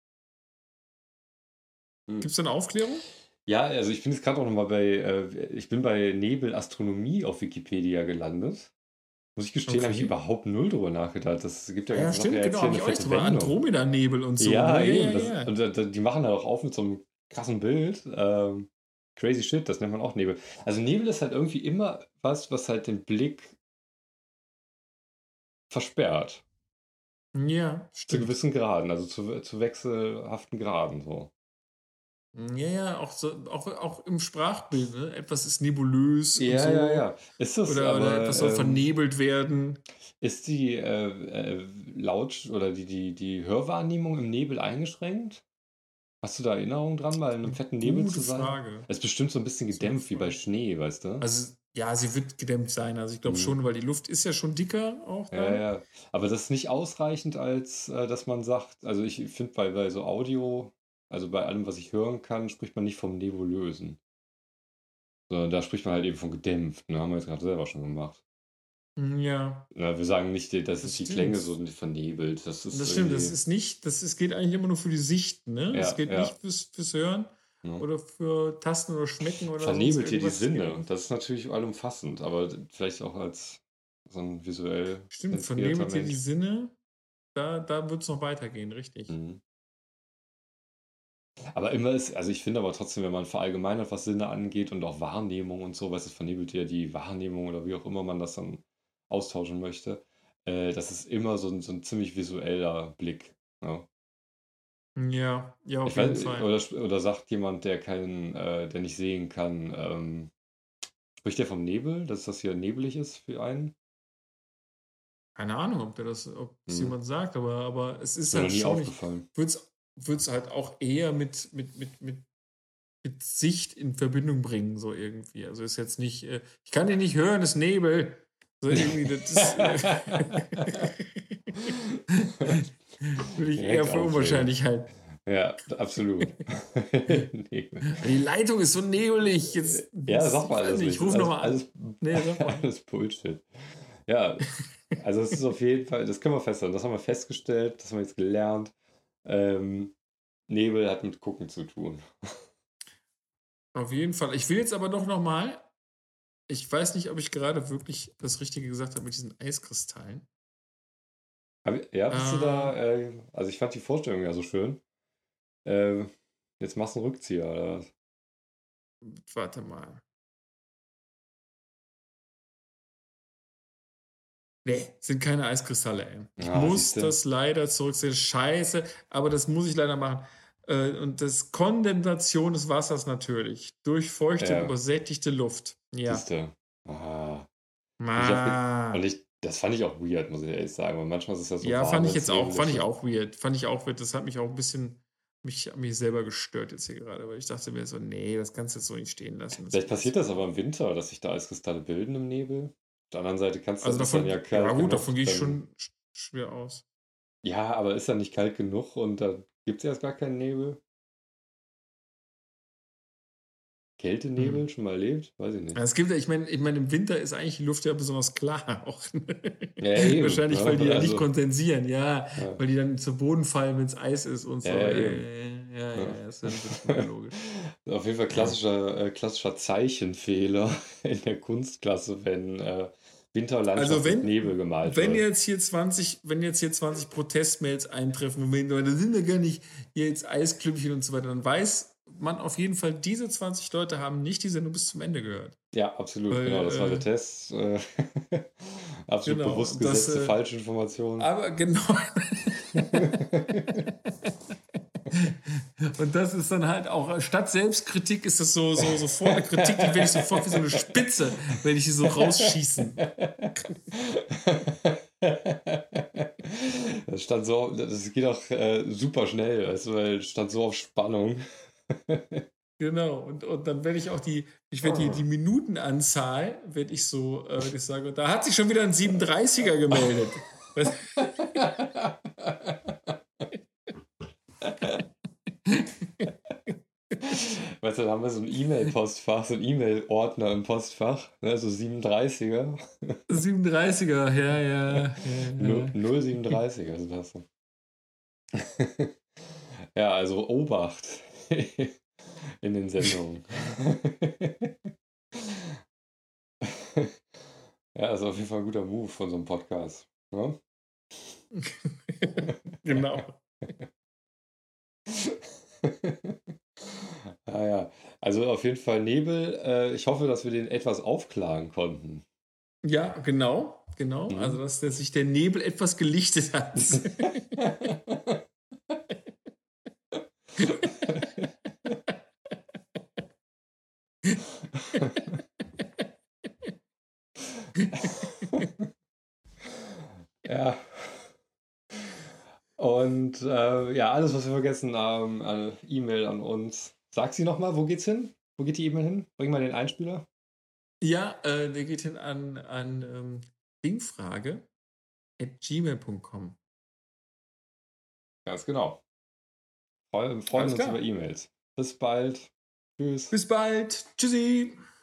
B: Hm.
A: Gibt es da eine Aufklärung?
B: Ja, also ich bin jetzt gerade auch nochmal ich bin bei Nebelastronomie auf Wikipedia gelandet. Muss ich gestehen, habe ich
A: Okay.
B: überhaupt null drüber nachgedacht. Es gibt ja
A: Ja,
B: ganze Sachen, er
A: stimmt, genau,
B: erzählt
A: habe
B: eine
A: ich auch nicht
B: fette
A: drüber.
B: Wendung.
A: Andromeda-Nebel und so,
B: Ja,
A: ne? Ja,
B: eben.
A: ja, ja.
B: Und die machen halt auch auf mit so einem krassen Bild. Crazy Shit, das nennt man auch Nebel. Also Nebel ist halt irgendwie immer was halt den Blick versperrt.
A: Ja,
B: Zu
A: stimmt.
B: gewissen Graden, also zu wechselhaften Graden so.
A: Ja, ja, auch so, auch im Sprachbild, ne? Etwas ist nebulös und
B: Ja, ja,
A: so.
B: ja. Ist das
A: Oder
B: aber,
A: etwas soll vernebelt werden.
B: ist die oder die Hörwahrnehmung im Nebel eingeschränkt? Hast du da Erinnerungen dran, mal in einem fetten Nebel zu
A: Gute
B: sein?
A: Frage.
B: Es ist bestimmt so ein bisschen
A: So eine
B: gedämpft wie bei
A: Frage.
B: Schnee, weißt du?
A: Also, ja, sie wird gedämmt sein. Also ich glaube
B: Mhm.
A: schon, weil die Luft ist ja schon dicker auch
B: Ja,
A: dann.
B: ja. Aber das ist nicht ausreichend, als dass man sagt, also ich finde bei so Audio, also bei allem, was ich hören kann, spricht man nicht vom Nebulösen. Sondern da spricht man halt eben von gedämpft. Ne? Haben wir jetzt gerade selber schon gemacht.
A: Ja,
B: Na, wir sagen nicht, dass
A: das
B: sich die Klänge
A: stimmt.
B: so vernebelt. Das ist
A: Das stimmt,
B: irgendwie.
A: es geht eigentlich immer nur für die Sicht, ne? Es
B: Ja,
A: geht
B: ja.
A: nicht fürs Hören
B: Ne?
A: oder für Tasten oder Schmecken oder sonst
B: Vernebelt dir die
A: irgendwas. Es geht
B: Sinne.
A: eigentlich.
B: Das ist natürlich allumfassend, aber vielleicht auch als so ein visuell
A: Stimmt,
B: zentrierter
A: vernebelt dir die
B: Mensch.
A: Sinne, da wird es noch weitergehen, richtig.
B: Mhm. Aber immer ist, also ich finde aber trotzdem, wenn man verallgemeinert, was Sinne angeht und auch Wahrnehmung und so, weißt du, es vernebelt ja die Wahrnehmung oder wie auch immer man das dann austauschen möchte. Das ist immer so ein ziemlich visueller Blick. Ja.
A: Ja, ja,
B: Ich
A: auf jeden
B: weiß,
A: Fall.
B: oder sagt jemand, der nicht sehen kann, spricht der vom Nebel, dass das hier nebelig ist für einen?
A: Keine Ahnung, ob es
B: Hm.
A: jemand sagt, aber es
B: Ist
A: ist
B: mir noch
A: halt
B: nie
A: schon,
B: aufgefallen.
A: würde es halt auch eher mit Sicht in Verbindung bringen, so irgendwie. Also ist jetzt nicht, ich kann dich nicht hören, es ist Nebel. So irgendwie, das ist, würde ich eher
B: Direkt
A: für
B: aufregen.
A: unwahrscheinlich halten.
B: Ja, absolut. Nebel.
A: Die Leitung ist so nebelig. Jetzt,
B: Ja, sag
A: ich
B: mal
A: weiß
B: alles
A: nicht,
B: nicht.
A: ich
B: Das ist
A: rufe
B: alles,
A: nochmal an.
B: alles,
A: Nee, sag mal.
B: alles Bullshit. Ja, also es ist auf jeden Fall, das können wir feststellen. Das haben wir festgestellt, das haben wir jetzt gelernt. Ähm, Nebel hat mit Gucken zu tun.
A: Auf jeden Fall. Ich will jetzt aber doch nochmal, ich weiß nicht, ob ich gerade wirklich das Richtige gesagt habe mit diesen Eiskristallen.
B: Ja, bist du
A: Äh,
B: da, also ich fand die Vorstellung ja so schön. Ähm, Jetzt machst du einen Rückzieher, oder was?
A: warte mal. Nee, sind keine Eiskristalle, ey. Ich
B: Ah,
A: muss
B: siehst du?
A: das leider zurückziehen. Scheiße, aber das muss ich leider machen. Und das Kondensation des Wassers natürlich. Durch feuchte und
B: Ja,
A: übersättigte Luft.
B: siehst
A: Ja.
B: du. Ah. Ich hab, und
A: Ma.
B: das fand ich auch weird, muss ich ehrlich sagen, weil manchmal ist es ja so
A: Ja,
B: warm,
A: fand ich
B: wenn es
A: jetzt auch,
B: nebelig
A: fand ich
B: ist.
A: auch weird. Fand ich auch weird. Das hat mich auch ein bisschen, mich selber gestört jetzt hier gerade, weil ich dachte mir so, nee, das kannst du jetzt so nicht stehen lassen. Das
B: Vielleicht
A: geht
B: passiert
A: jetzt.
B: das aber im Winter, dass sich da Eiskristalle bilden im Nebel. Auf der anderen Seite
A: Also
B: ist dann
A: davon,
B: ja
A: ja
B: kalt
A: gut,
B: genug,
A: davon gehe ich
B: dann.
A: schon schwer aus.
B: Ja, aber ist dann nicht kalt genug und da gibt es erst gar keinen Nebel?
A: Hm.
B: Kältenebel schon mal erlebt? Weiß ich
A: Ja,
B: nicht.
A: es gibt ja, ich meine, im Winter ist eigentlich die Luft ja besonders klar auch.
B: Ja, eben.
A: Wahrscheinlich, weil
B: Ne?
A: die ja nicht
B: Also,
A: kondensieren, ja,
B: ja,
A: weil die dann zu Boden fallen, wenn es Eis ist und
B: ja,
A: so.
B: ja,
A: Ja,
B: eben.
A: ja, ja,
B: Ne?
A: ja, das klingt ja logisch.
B: Auf jeden Fall
A: Ja.
B: klassischer Zeichenfehler in der Kunstklasse, wenn
A: Also
B: Winterlandschaft mit Nebel gemalt wird.
A: wenn jetzt hier 20 Protestmails eintreffen, und wenn da sind ja gar nicht hier jetzt Eisklümpchen und so weiter, dann weiß man auf jeden Fall, diese 20 Leute haben nicht die Sendung bis zum Ende gehört.
B: Ja, absolut, genau, das war der
A: Weil,
B: Test. Absolut
A: genau,
B: bewusst gesetzte Falschinformationen.
A: aber genau. Und das ist dann halt auch, statt Selbstkritik ist das so sofort eine Kritik, die werde ich sofort wie so eine Spitze, wenn ich die so rausschießen.
B: Das geht auch super schnell, weißt du, weil es stand so auf Spannung.
A: Genau, und dann werde ich auch ich werde die Minutenanzahl, werde ich so, werde ich sagen, da hat sich schon wieder ein 37er gemeldet. Was?
B: Weißt du, da haben wir so ein E-Mail-Postfach, so ein E-Mail-Ordner im Postfach, ne, so 37er.
A: 37er, ja, ja, ja.
B: 037er sind das. Ja, also Obacht in den Sendungen. Ja, ist auf jeden Fall ein guter Move von so einem Podcast. Ne?
A: Genau.
B: Ah ja, also auf jeden Fall Nebel. Ich hoffe, dass wir den etwas aufklaren konnten.
A: Ja, genau, genau. Also,
B: Hm?
A: dass sich der Nebel etwas gelichtet hat.
B: Ja, und ja, alles, was wir vergessen haben, E-Mail an uns. Sag sie nochmal, wo geht's hin? Wo geht die E-Mail hin? Bring mal den Einspieler.
A: Ja, der geht hin an dingfrage@gmail.com.
B: Ganz genau. Freuen
A: Alles
B: uns über
A: klar.
B: E-Mails. Bis bald. Tschüss.
A: Bis bald. Tschüssi.